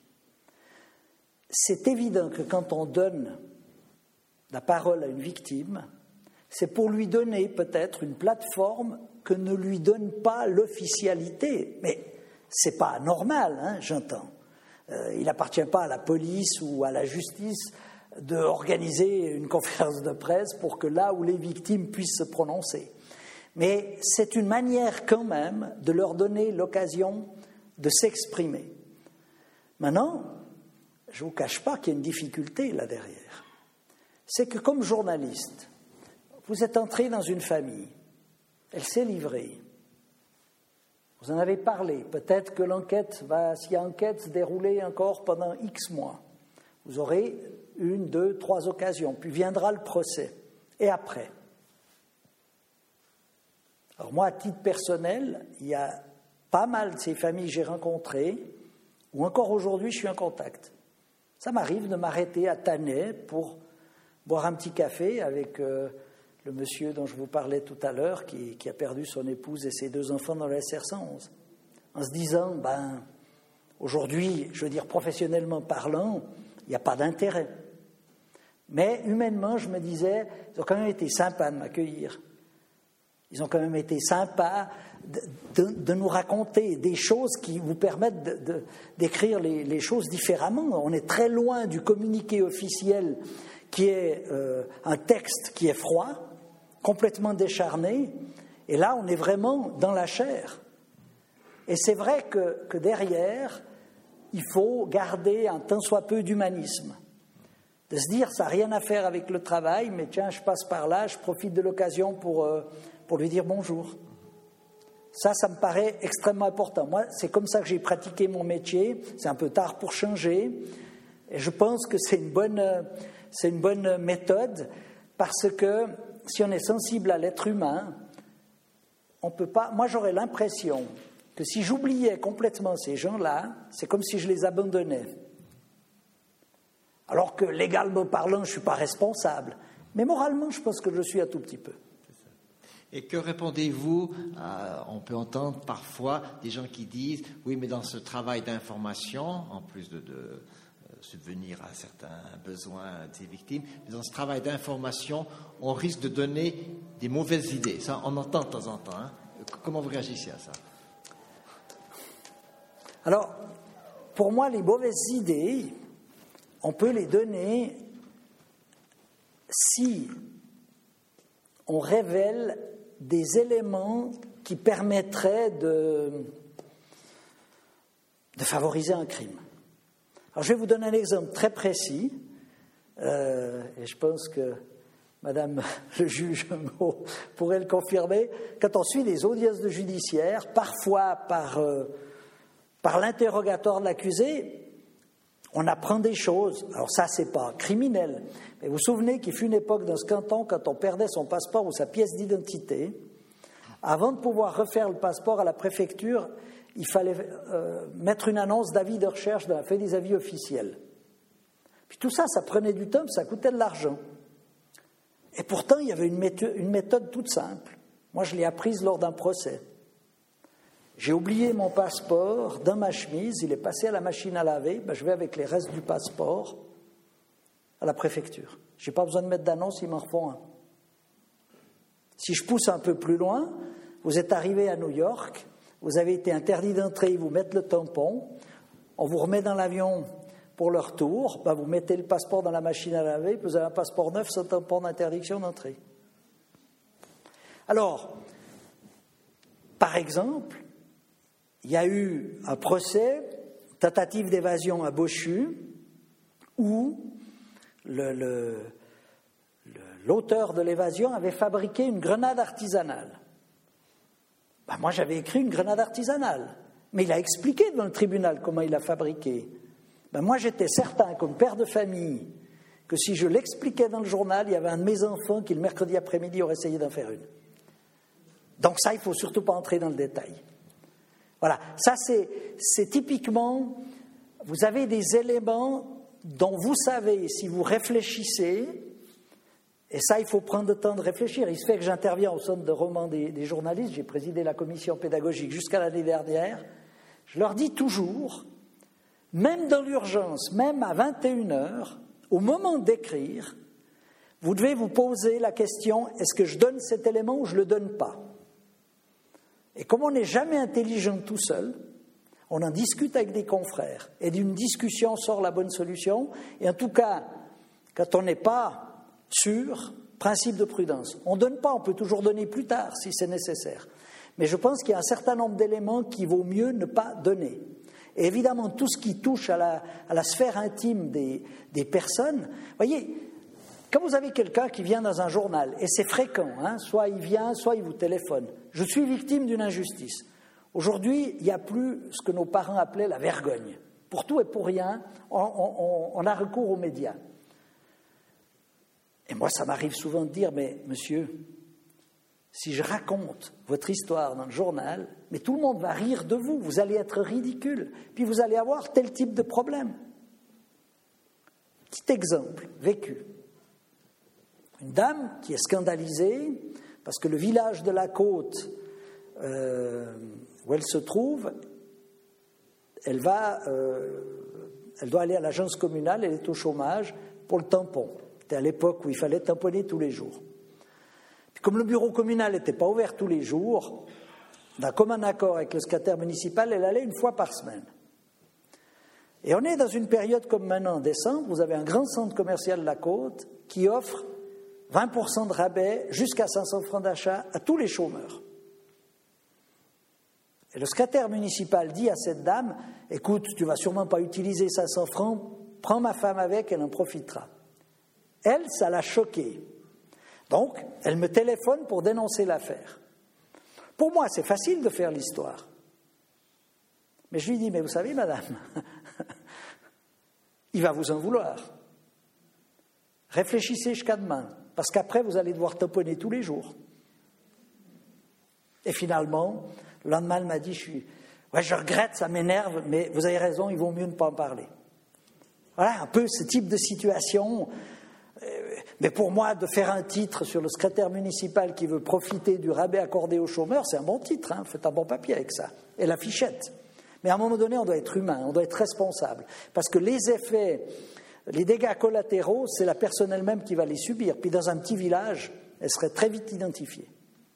C'est évident que quand on donne la parole à une victime, c'est pour lui donner peut-être une plateforme que ne lui donne pas l'officialité. Mais ce n'est pas anormal, hein, j'entends. Euh, il n'appartient pas à la police ou à la justice d'organiser une conférence de presse pour que là où les victimes puissent se prononcer. Mais c'est une manière quand même de leur donner l'occasion de s'exprimer. Maintenant, je ne vous cache pas qu'il y a une difficulté là derrière. C'est que comme journaliste, vous êtes entré dans une famille, elle s'est livrée, vous en avez parlé, peut-être que l'enquête va, s'il y a enquête, se dérouler encore pendant X mois. Vous aurez une, deux, trois occasions, puis viendra le procès. Et après? Alors moi, à titre personnel, il y a pas mal de ces familles que j'ai rencontrées, où encore aujourd'hui je suis en contact. Ça m'arrive de m'arrêter à Tannay pour boire un petit café avec euh, le monsieur dont je vous parlais tout à l'heure, qui, qui a perdu son épouse et ses deux enfants dans le S R cent onze, en se disant, ben, aujourd'hui, je veux dire professionnellement parlant, il n'y a pas d'intérêt. Mais humainement, je me disais, ils ont quand même été sympas de m'accueillir. Ils ont quand même été sympas de, de, de nous raconter des choses qui vous permettent de, de, d'écrire les, les choses différemment. On est très loin du communiqué officiel qui est euh, un texte qui est froid, complètement décharné, et là on est vraiment dans la chair. Et c'est vrai que, que derrière, il faut garder un tant soit peu d'humanisme. De se dire, ça n'a rien à faire avec le travail, mais tiens, je passe par là, je profite de l'occasion pour, euh, pour lui dire bonjour. Ça, ça me paraît extrêmement important. Moi, c'est comme ça que j'ai pratiqué mon métier. C'est un peu tard pour changer. Et je pense que c'est une bonne, c'est une bonne méthode, parce que si on est sensible à l'être humain, on peut pas. Moi, j'aurais l'impression que si j'oubliais complètement ces gens-là, c'est comme si je les abandonnais. Alors que légalement parlant, je ne suis pas responsable. Mais moralement, je pense que je le suis un tout petit peu. Et que répondez-vous à, on peut entendre parfois des gens qui disent « Oui, mais dans ce travail d'information, en plus de, de euh, subvenir à certains besoins des victimes, mais dans ce travail d'information, on risque de donner des mauvaises idées. » Ça, on entend de temps en temps. Hein. Comment vous réagissez à ça? Alors, pour moi, les mauvaises idées, on peut les donner si on révèle des éléments qui permettraient de, de favoriser un crime. Alors, je vais vous donner un exemple très précis, euh, et je pense que Madame le juge pourrait le confirmer. Quand on suit les audiences de judiciaire, parfois par, euh, par l'interrogatoire de l'accusé, on apprend des choses. Alors ça, c'est pas criminel. Mais vous vous souvenez qu'il fut une époque dans ce canton, quand on perdait son passeport ou sa pièce d'identité, avant de pouvoir refaire le passeport à la préfecture, il fallait euh, mettre une annonce d'avis de recherche dans la feuille des avis officiels. Puis tout ça, ça prenait du temps, ça coûtait de l'argent. Et pourtant, il y avait une méthode, une méthode toute simple. Moi, je l'ai apprise lors d'un procès. J'ai oublié mon passeport dans ma chemise, il est passé à la machine à laver, ben je vais avec les restes du passeport à la préfecture. Je n'ai pas besoin de mettre d'annonce, ils m'en refont un. Si je pousse un peu plus loin, vous êtes arrivé à New York, vous avez été interdit d'entrer, ils vous mettent le tampon, on vous remet dans l'avion pour le retour, ben vous mettez le passeport dans la machine à laver, vous avez un passeport neuf sans tampon d'interdiction d'entrée. Alors, par exemple, il y a eu un procès, tentative d'évasion à Bochu, où le, le, le, l'auteur de l'évasion avait fabriqué une grenade artisanale. Ben moi, j'avais écrit une grenade artisanale, mais il a expliqué devant le tribunal comment il l'a fabriquée. Ben moi, j'étais certain, comme père de famille, que si je l'expliquais dans le journal, il y avait un de mes enfants qui, le mercredi après-midi, aurait essayé d'en faire une. Donc ça, il ne faut surtout pas entrer dans le détail. Voilà, ça c'est, c'est typiquement, vous avez des éléments dont vous savez, si vous réfléchissez, et ça il faut prendre le temps de réfléchir. Il se fait que j'interviens au centre de roman des, des journalistes, j'ai présidé la commission pédagogique jusqu'à l'année dernière, je leur dis toujours, même dans l'urgence, même à vingt et une heures, au moment d'écrire, vous devez vous poser la question, est-ce que je donne cet élément ou je ne le donne pas ? Et comme on n'est jamais intelligent tout seul, on en discute avec des confrères. Et d'une discussion sort la bonne solution. Et en tout cas, quand on n'est pas sûr, principe de prudence. On ne donne pas, on peut toujours donner plus tard si c'est nécessaire. Mais je pense qu'il y a un certain nombre d'éléments qu'il vaut mieux ne pas donner. Et évidemment, tout ce qui touche à la, à la sphère intime des, des personnes, voyez, quand vous avez quelqu'un qui vient dans un journal, et c'est fréquent, hein, soit il vient, soit il vous téléphone, je suis victime d'une injustice. Aujourd'hui, il n'y a plus ce que nos parents appelaient la vergogne. Pour tout et pour rien, on, on, on a recours aux médias. Et moi, ça m'arrive souvent de dire, mais monsieur, si je raconte votre histoire dans le journal, mais tout le monde va rire de vous, vous allez être ridicule, puis vous allez avoir tel type de problème. Petit exemple vécu. Une dame qui est scandalisée parce que le village de la côte euh, où elle se trouve, elle, va, euh, elle doit aller à l'agence communale, elle est au chômage pour le tampon. C'était à l'époque où il fallait tamponner tous les jours. Puis comme le bureau communal n'était pas ouvert tous les jours, d'un commun accord avec le secrétaire municipal, elle allait une fois par semaine. Et on est dans une période comme maintenant, en décembre, vous avez un grand centre commercial de la Côte qui offre vingt pour cent de rabais jusqu'à cinq cents francs d'achat à tous les chômeurs. Et le secrétaire municipal dit à cette dame, « Écoute, tu ne vas sûrement pas utiliser cinq cents francs, prends ma femme avec, elle en profitera. » Elle, ça l'a choquée. Donc, elle me téléphone pour dénoncer l'affaire. Pour moi, c'est facile de faire l'histoire. Mais je lui dis, « Mais vous savez, madame, il va vous en vouloir. Réfléchissez jusqu'à demain, parce qu'après, vous allez devoir tamponner tous les jours. » Et finalement, le lendemain, elle m'a dit, je, suis, ouais, je regrette, ça m'énerve, mais vous avez raison, il vaut mieux ne pas en parler. Voilà un peu ce type de situation. Mais pour moi, de faire un titre sur le secrétaire municipal qui veut profiter du rabais accordé aux chômeurs, c'est un bon titre, hein, faites un bon papier avec ça. Et l'affichette. Mais à un moment donné, on doit être humain, on doit être responsable. Parce que les effets, les dégâts collatéraux, c'est la personne elle-même qui va les subir. Puis dans un petit village, elle serait très vite identifiée.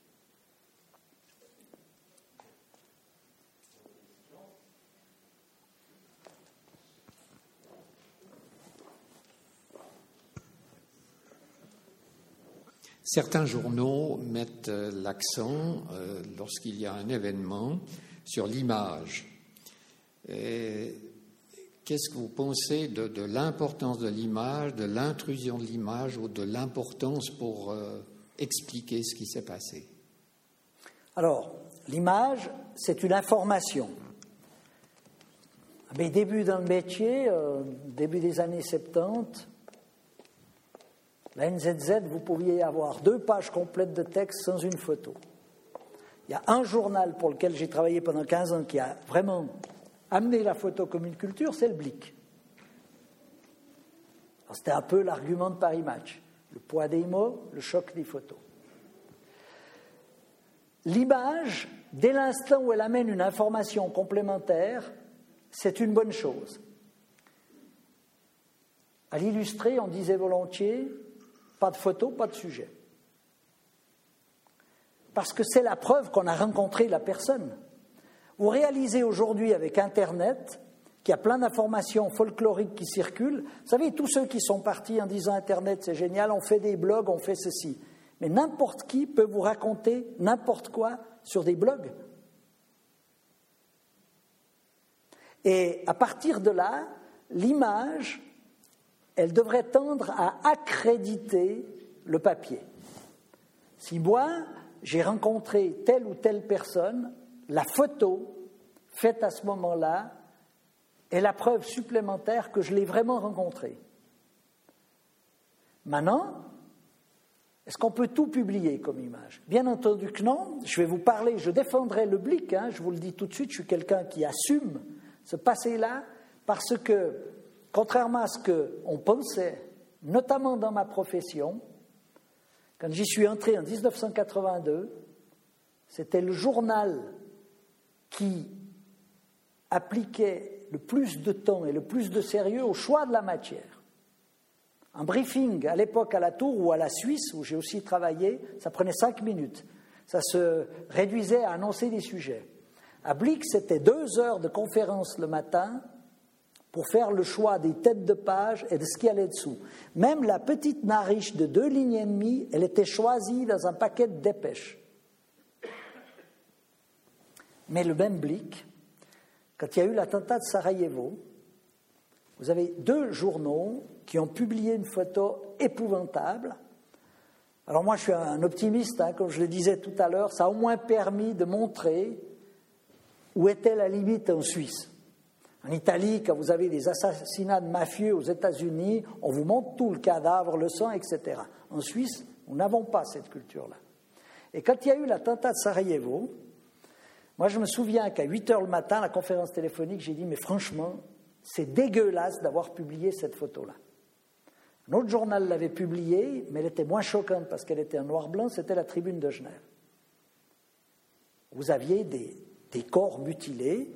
Certains journaux mettent l'accent, euh, lorsqu'il y a un événement, sur l'image. Et qu'est-ce que vous pensez de, de l'importance de l'image, de l'intrusion de l'image ou de l'importance pour euh, expliquer ce qui s'est passé? Alors, l'image, c'est une information. À mes débuts dans le métier, euh, début des années soixante-dix, la N Z Z, vous pouviez avoir deux pages complètes de texte sans une photo. Il y a un journal pour lequel j'ai travaillé pendant quinze ans qui a vraiment amené la photo comme une culture, c'est le Blick. Alors, c'était un peu l'argument de Paris Match. Le poids des mots, le choc des photos. L'image, dès l'instant où elle amène une information complémentaire, c'est une bonne chose. À l'illustrer, on disait volontiers, pas de photo, pas de sujet. Parce que c'est la preuve qu'on a rencontré la personne. Vous réalisez aujourd'hui avec Internet qu'il y a plein d'informations folkloriques qui circulent. Vous savez, tous ceux qui sont partis en disant Internet, c'est génial, on fait des blogs, on fait ceci. Mais n'importe qui peut vous raconter n'importe quoi sur des blogs. Et à partir de là, l'image, elle devrait tendre à accréditer le papier. Si moi, j'ai rencontré telle ou telle personne, la photo faite à ce moment-là est la preuve supplémentaire que je l'ai vraiment rencontré. Maintenant, est-ce qu'on peut tout publier comme image? Bien entendu que non. Je vais vous parler, je défendrai le Blick, hein, je vous le dis tout de suite, je suis quelqu'un qui assume ce passé-là parce que, contrairement à ce qu'on pensait, notamment dans ma profession, quand j'y suis entré en dix-neuf cent quatre-vingt-deux, c'était le journal qui appliquait le plus de temps et le plus de sérieux au choix de la matière. Un briefing, à l'époque à la Tour ou à la Suisse, où j'ai aussi travaillé, ça prenait cinq minutes. Ça se réduisait à annoncer des sujets. À Blick, c'était deux heures de conférence le matin pour faire le choix des têtes de page et de ce qui allait dessous. Même la petite nariche de deux lignes et demie, elle était choisie dans un paquet de dépêches. Mais le même Blick, quand il y a eu l'attentat de Sarajevo, vous avez deux journaux qui ont publié une photo épouvantable. Alors moi, je suis un optimiste, hein, comme je le disais tout à l'heure, ça a au moins permis de montrer où était la limite en Suisse. En Italie, quand vous avez des assassinats de mafieux aux États-Unis, on vous montre tout, le cadavre, le sang, et cetera. En Suisse, nous n'avons pas cette culture-là. Et quand il y a eu l'attentat de Sarajevo, moi je me souviens qu'à huit heures le matin, la conférence téléphonique, j'ai dit « mais franchement, c'est dégueulasse d'avoir publié cette photo-là ». Un autre journal l'avait publiée, mais elle était moins choquante parce qu'elle était en noir-blanc, c'était la Tribune de Genève. Vous aviez des, des corps mutilés.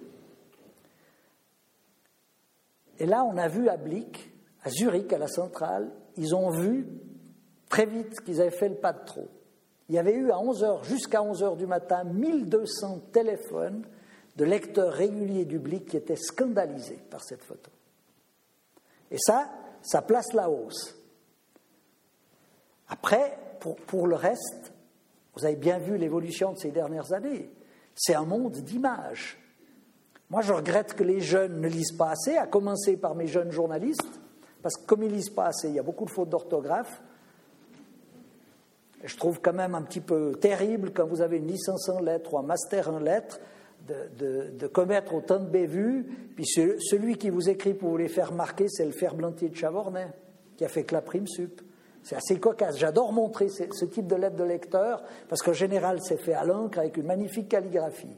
Et là, on a vu à Blick, à Zurich, à la centrale, ils ont vu très vite qu'ils avaient fait le pas de trop. Il il y avait eu à onze heures, jusqu'à onze heures du matin, mille deux cents téléphones de lecteurs réguliers du Blick qui étaient scandalisés par cette photo. Et ça, ça place la hausse. Après, pour, pour le reste, vous avez bien vu l'évolution de ces dernières années. C'est un monde d'images. Moi, je regrette que les jeunes ne lisent pas assez, à commencer par mes jeunes journalistes, parce que comme ils ne lisent pas assez, il y a beaucoup de fautes d'orthographe. Je trouve quand même un petit peu terrible, quand vous avez une licence en lettres ou un master en lettres, de, de, de commettre autant de bévues, puis ce, celui qui vous écrit pour vous les faire marquer, c'est le Ferblantier de Chavornay, qui a fait que la prime sup. C'est assez cocasse. J'adore montrer ce, ce type de lettres de lecteur, parce qu'en général, c'est fait à l'encre avec une magnifique calligraphie.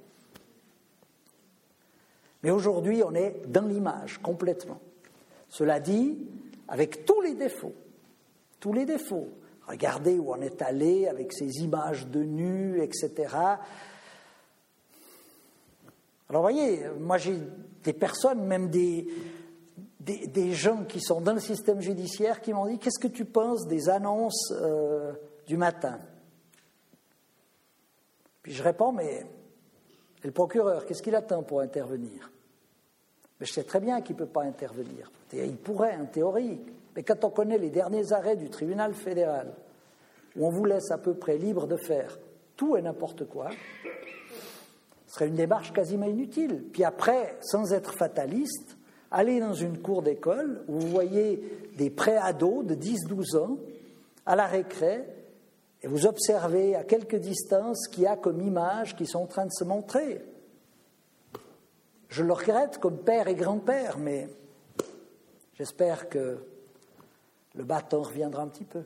Mais aujourd'hui, on est dans l'image, complètement. Cela dit, avec tous les défauts, tous les défauts. Regardez où on est allé avec ces images de nus, et cetera. Alors, vous voyez, moi, j'ai des personnes, même des, des, des gens qui sont dans le système judiciaire, qui m'ont dit « Qu'est-ce que tu penses des annonces euh, du matin ?» Puis je réponds « Mais et le procureur, qu'est-ce qu'il attend pour intervenir ?» Mais je sais très bien qu'il ne peut pas intervenir. Il pourrait, en théorie. Mais quand on connaît les derniers arrêts du tribunal fédéral, où on vous laisse à peu près libre de faire tout et n'importe quoi, ce serait une démarche quasiment inutile. Puis après, sans être fataliste, aller dans une cour d'école où vous voyez des pré-ados de dix douze ans à la récré et vous observez à quelque distance ce qu'il y a comme images qui sont en train de se montrer. Je le regrette comme père et grand-père, mais j'espère que le bâton reviendra un petit peu.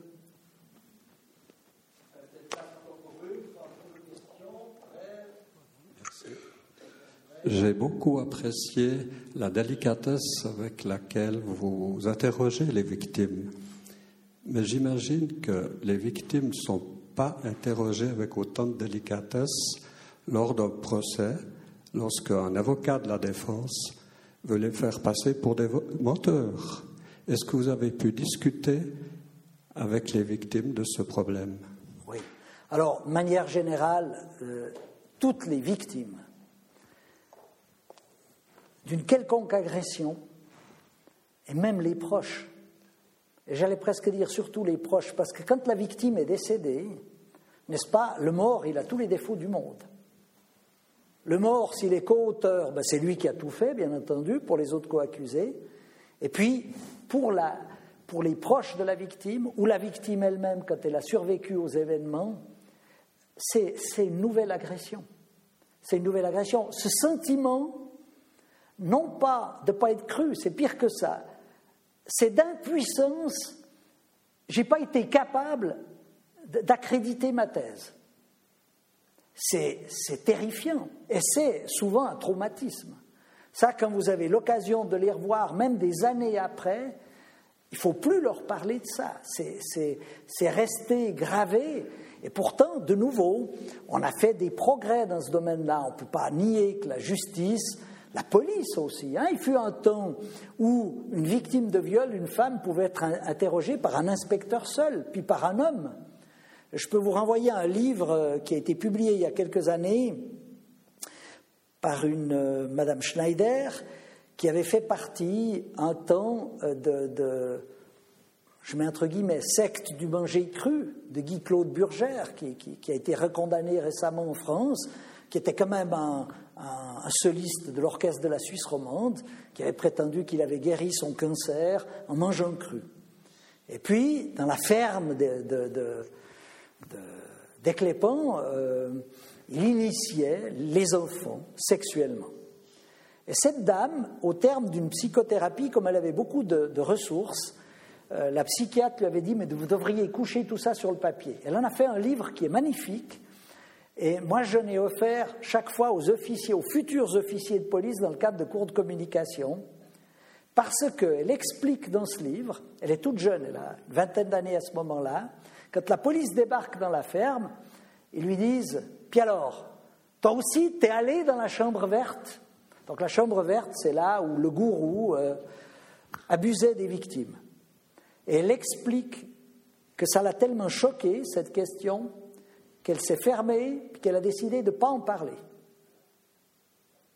J'ai beaucoup apprécié la délicatesse avec laquelle vous interrogez les victimes. Mais j'imagine que les victimes ne sont pas interrogées avec autant de délicatesse lors d'un procès, lorsqu'un avocat de la défense veut les faire passer pour des menteurs. Est-ce que vous avez pu discuter avec les victimes de ce problème? Oui. Alors, de manière générale, euh, toutes les victimes d'une quelconque agression, et même les proches, et j'allais presque dire surtout les proches, parce que quand la victime est décédée, n'est-ce pas, le mort, il a tous les défauts du monde. Le mort, s'il est co-auteur, ben c'est lui qui a tout fait, bien entendu, pour les autres co-accusés. Et puis, pour, la, pour les proches de la victime, ou la victime elle-même, quand elle a survécu aux événements, c'est, c'est une nouvelle agression. C'est une nouvelle agression. Ce sentiment, non pas de ne pas être cru, c'est pire que ça, c'est d'impuissance. Je n'ai pas été capable d'accréditer ma thèse. C'est, c'est terrifiant et c'est souvent un traumatisme. Ça, quand vous avez l'occasion de les revoir, même des années après, il ne faut plus leur parler de ça. C'est, c'est, c'est resté gravé. Et pourtant, de nouveau, on a fait des progrès dans ce domaine-là. On ne peut pas nier que la justice, la police aussi, hein, il fut un temps où une victime de viol, une femme, pouvait être interrogée par un inspecteur seul, puis par un homme. Je peux vous renvoyer à un livre qui a été publié il y a quelques années par une euh, Madame Schneider, qui avait fait partie un temps de, de je mets entre guillemets, secte du manger cru de Guy-Claude Burgère, qui, qui, qui a été recondamné récemment en France, qui était quand même un, un, un soliste de l'orchestre de la Suisse romande, qui avait prétendu qu'il avait guéri son cancer en mangeant cru. Et puis, dans la ferme de, de, de d'Éclépant, euh, il initiait les enfants sexuellement. Et cette dame, au terme d'une psychothérapie, comme elle avait beaucoup de, de ressources, euh, la psychiatre lui avait dit « mais vous devriez coucher tout ça sur le papier ». Elle en a fait un livre qui est magnifique, et moi je l'ai offert chaque fois aux officiers, aux futurs officiers de police dans le cadre de cours de communication, parce qu'elle explique dans ce livre, elle est toute jeune, elle a une vingtaine d'années à ce moment-là, quand la police débarque dans la ferme, ils lui disent « Puis alors, toi aussi, t'es allé dans la chambre verte ?» Donc la chambre verte, c'est là où le gourou euh, abusait des victimes. Et elle explique que ça l'a tellement choquée, cette question, qu'elle s'est fermée, puis qu'elle a décidé de ne pas en parler. Voyez ?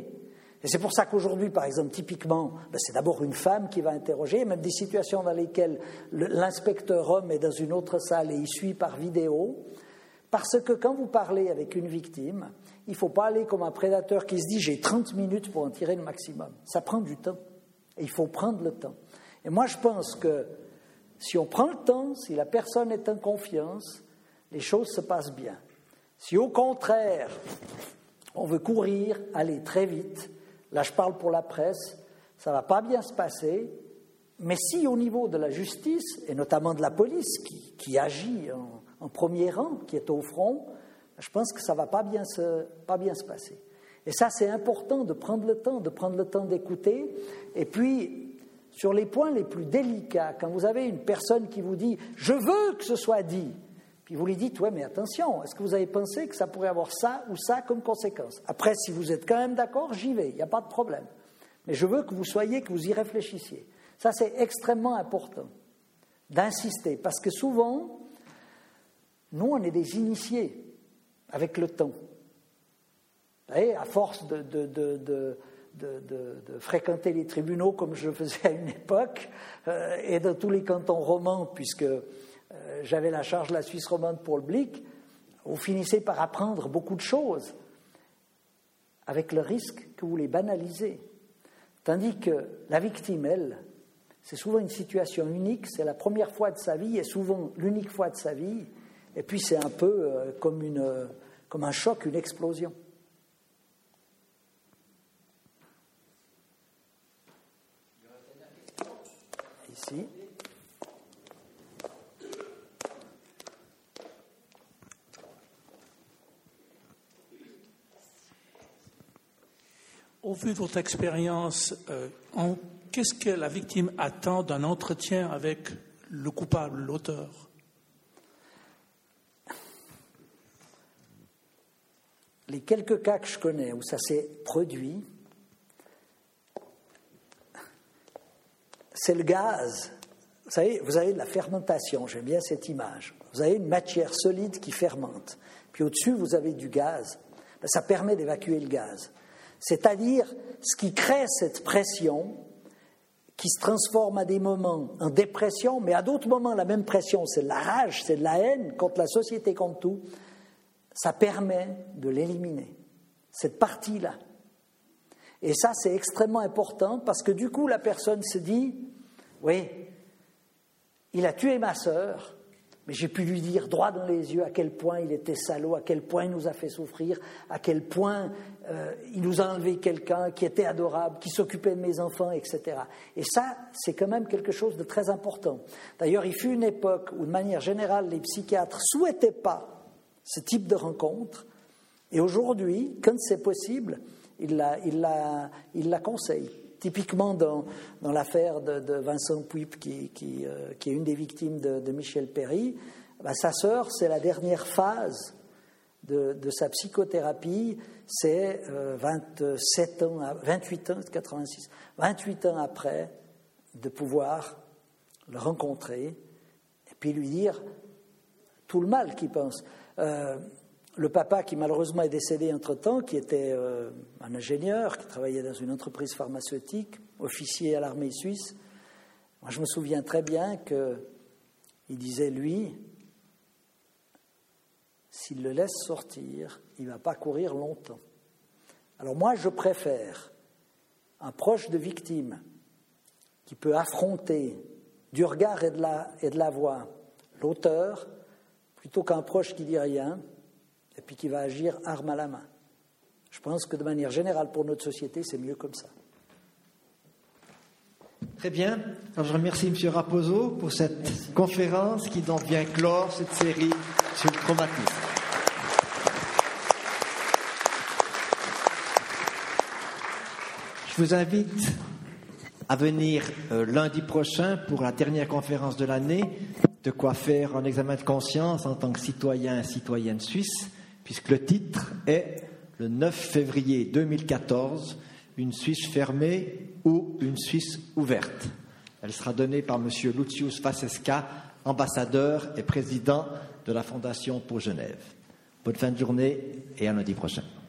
Et c'est pour ça qu'aujourd'hui, par exemple, typiquement, ben c'est d'abord une femme qui va interroger, même des situations dans lesquelles le, l'inspecteur homme est dans une autre salle et il suit par vidéo, parce que quand vous parlez avec une victime, il ne faut pas aller comme un prédateur qui se dit « j'ai trente minutes pour en tirer le maximum ». Ça prend du temps, et il faut prendre le temps. Et moi, je pense que si on prend le temps, si la personne est en confiance, les choses se passent bien. Si au contraire, on veut courir, aller très vite, là je parle pour la presse, ça ne va pas bien se passer, mais si au niveau de la justice, et notamment de la police qui, qui agit en, en premier rang, qui est au front, je pense que ça ne va pas bien, se, pas bien se passer. Et ça, c'est important de prendre le temps, de prendre le temps d'écouter. Et puis, sur les points les plus délicats, quand vous avez une personne qui vous dit « je veux que ce soit dit », puis vous lui dites « ouais, mais attention, est-ce que vous avez pensé que ça pourrait avoir ça ou ça comme conséquence ?» Après, si vous êtes quand même d'accord, j'y vais, il n'y a pas de problème. Mais je veux que vous soyez, que vous y réfléchissiez. Ça, c'est extrêmement important d'insister, parce que souvent, nous, on est des initiés avec le temps. Vous voyez, à force de, de, de, de, de, de, de fréquenter les tribunaux comme je le faisais à une époque, euh, et dans tous les cantons romans, puisque euh, j'avais la charge de la Suisse romande pour le Blic, vous finissez par apprendre beaucoup de choses, avec le risque que vous les banalisez. Tandis que la victime, elle, c'est souvent une situation unique, c'est la première fois de sa vie et souvent l'unique fois de sa vie, et puis c'est un peu euh, comme, une, euh, comme un choc, une explosion. Ici. Au vu de votre expérience, euh, en, qu'est-ce que la victime attend d'un entretien avec le coupable, l'auteur ? Les quelques cas que je connais où ça s'est produit, c'est le gaz. Vous savez, vous avez de la fermentation, j'aime bien cette image. Vous avez une matière solide qui fermente, puis au-dessus, vous avez du gaz. Ça permet d'évacuer le gaz. C'est-à-dire, ce qui crée cette pression, qui se transforme à des moments en dépression, mais à d'autres moments, la même pression, c'est de la rage, c'est de la haine contre la société, contre tout, ça permet de l'éliminer, cette partie-là. Et ça, c'est extrêmement important, parce que du coup, la personne se dit, oui, il a tué ma sœur, mais j'ai pu lui dire droit dans les yeux à quel point il était salaud, à quel point il nous a fait souffrir, à quel point euh, il nous a enlevé quelqu'un qui était adorable, qui s'occupait de mes enfants, et cetera. Et ça, c'est quand même quelque chose de très important. D'ailleurs, il fut une époque où, de manière générale, les psychiatres ne souhaitaient pas ce type de rencontre. Et aujourd'hui, quand c'est possible, ils la, ils la, ils la conseillent. Typiquement dans, dans l'affaire de, de Vincent Puip, qui, qui, euh, qui est une des victimes de, de Michel Péry, ben, sa sœur, c'est la dernière phase de, de sa psychothérapie, c'est euh, vingt-sept ans, vingt-huit ans, quatre-vingt-six, vingt-huit ans après, de pouvoir le rencontrer et puis lui dire tout le mal qu'il pense. Euh, Le papa, qui malheureusement est décédé entre-temps, qui était euh, un ingénieur, qui travaillait dans une entreprise pharmaceutique, officier à l'armée suisse, moi je me souviens très bien qu'il disait, lui, s'il le laisse sortir, il ne va pas courir longtemps. Alors moi, je préfère un proche de victime qui peut affronter du regard et de la, et de la voix l'auteur, plutôt qu'un proche qui dit rien, et puis qui va agir arme à la main. Je pense que de manière générale, pour notre société, c'est mieux comme ça. Très bien. Alors, je remercie M. Raposo pour cette Merci. conférence qui donc vient clore cette série sur le traumatisme. Je vous invite à venir euh, lundi prochain pour la dernière conférence de l'année, de quoi faire un examen de conscience en tant que citoyen et citoyenne suisse, puisque le titre est « Le neuf février deux mille quatorze, une Suisse fermée ou une Suisse ouverte ». Elle sera donnée par M. Lucius Vaseska ambassadeur et président de la Fondation pour Genève. Bonne fin de journée et à lundi prochain.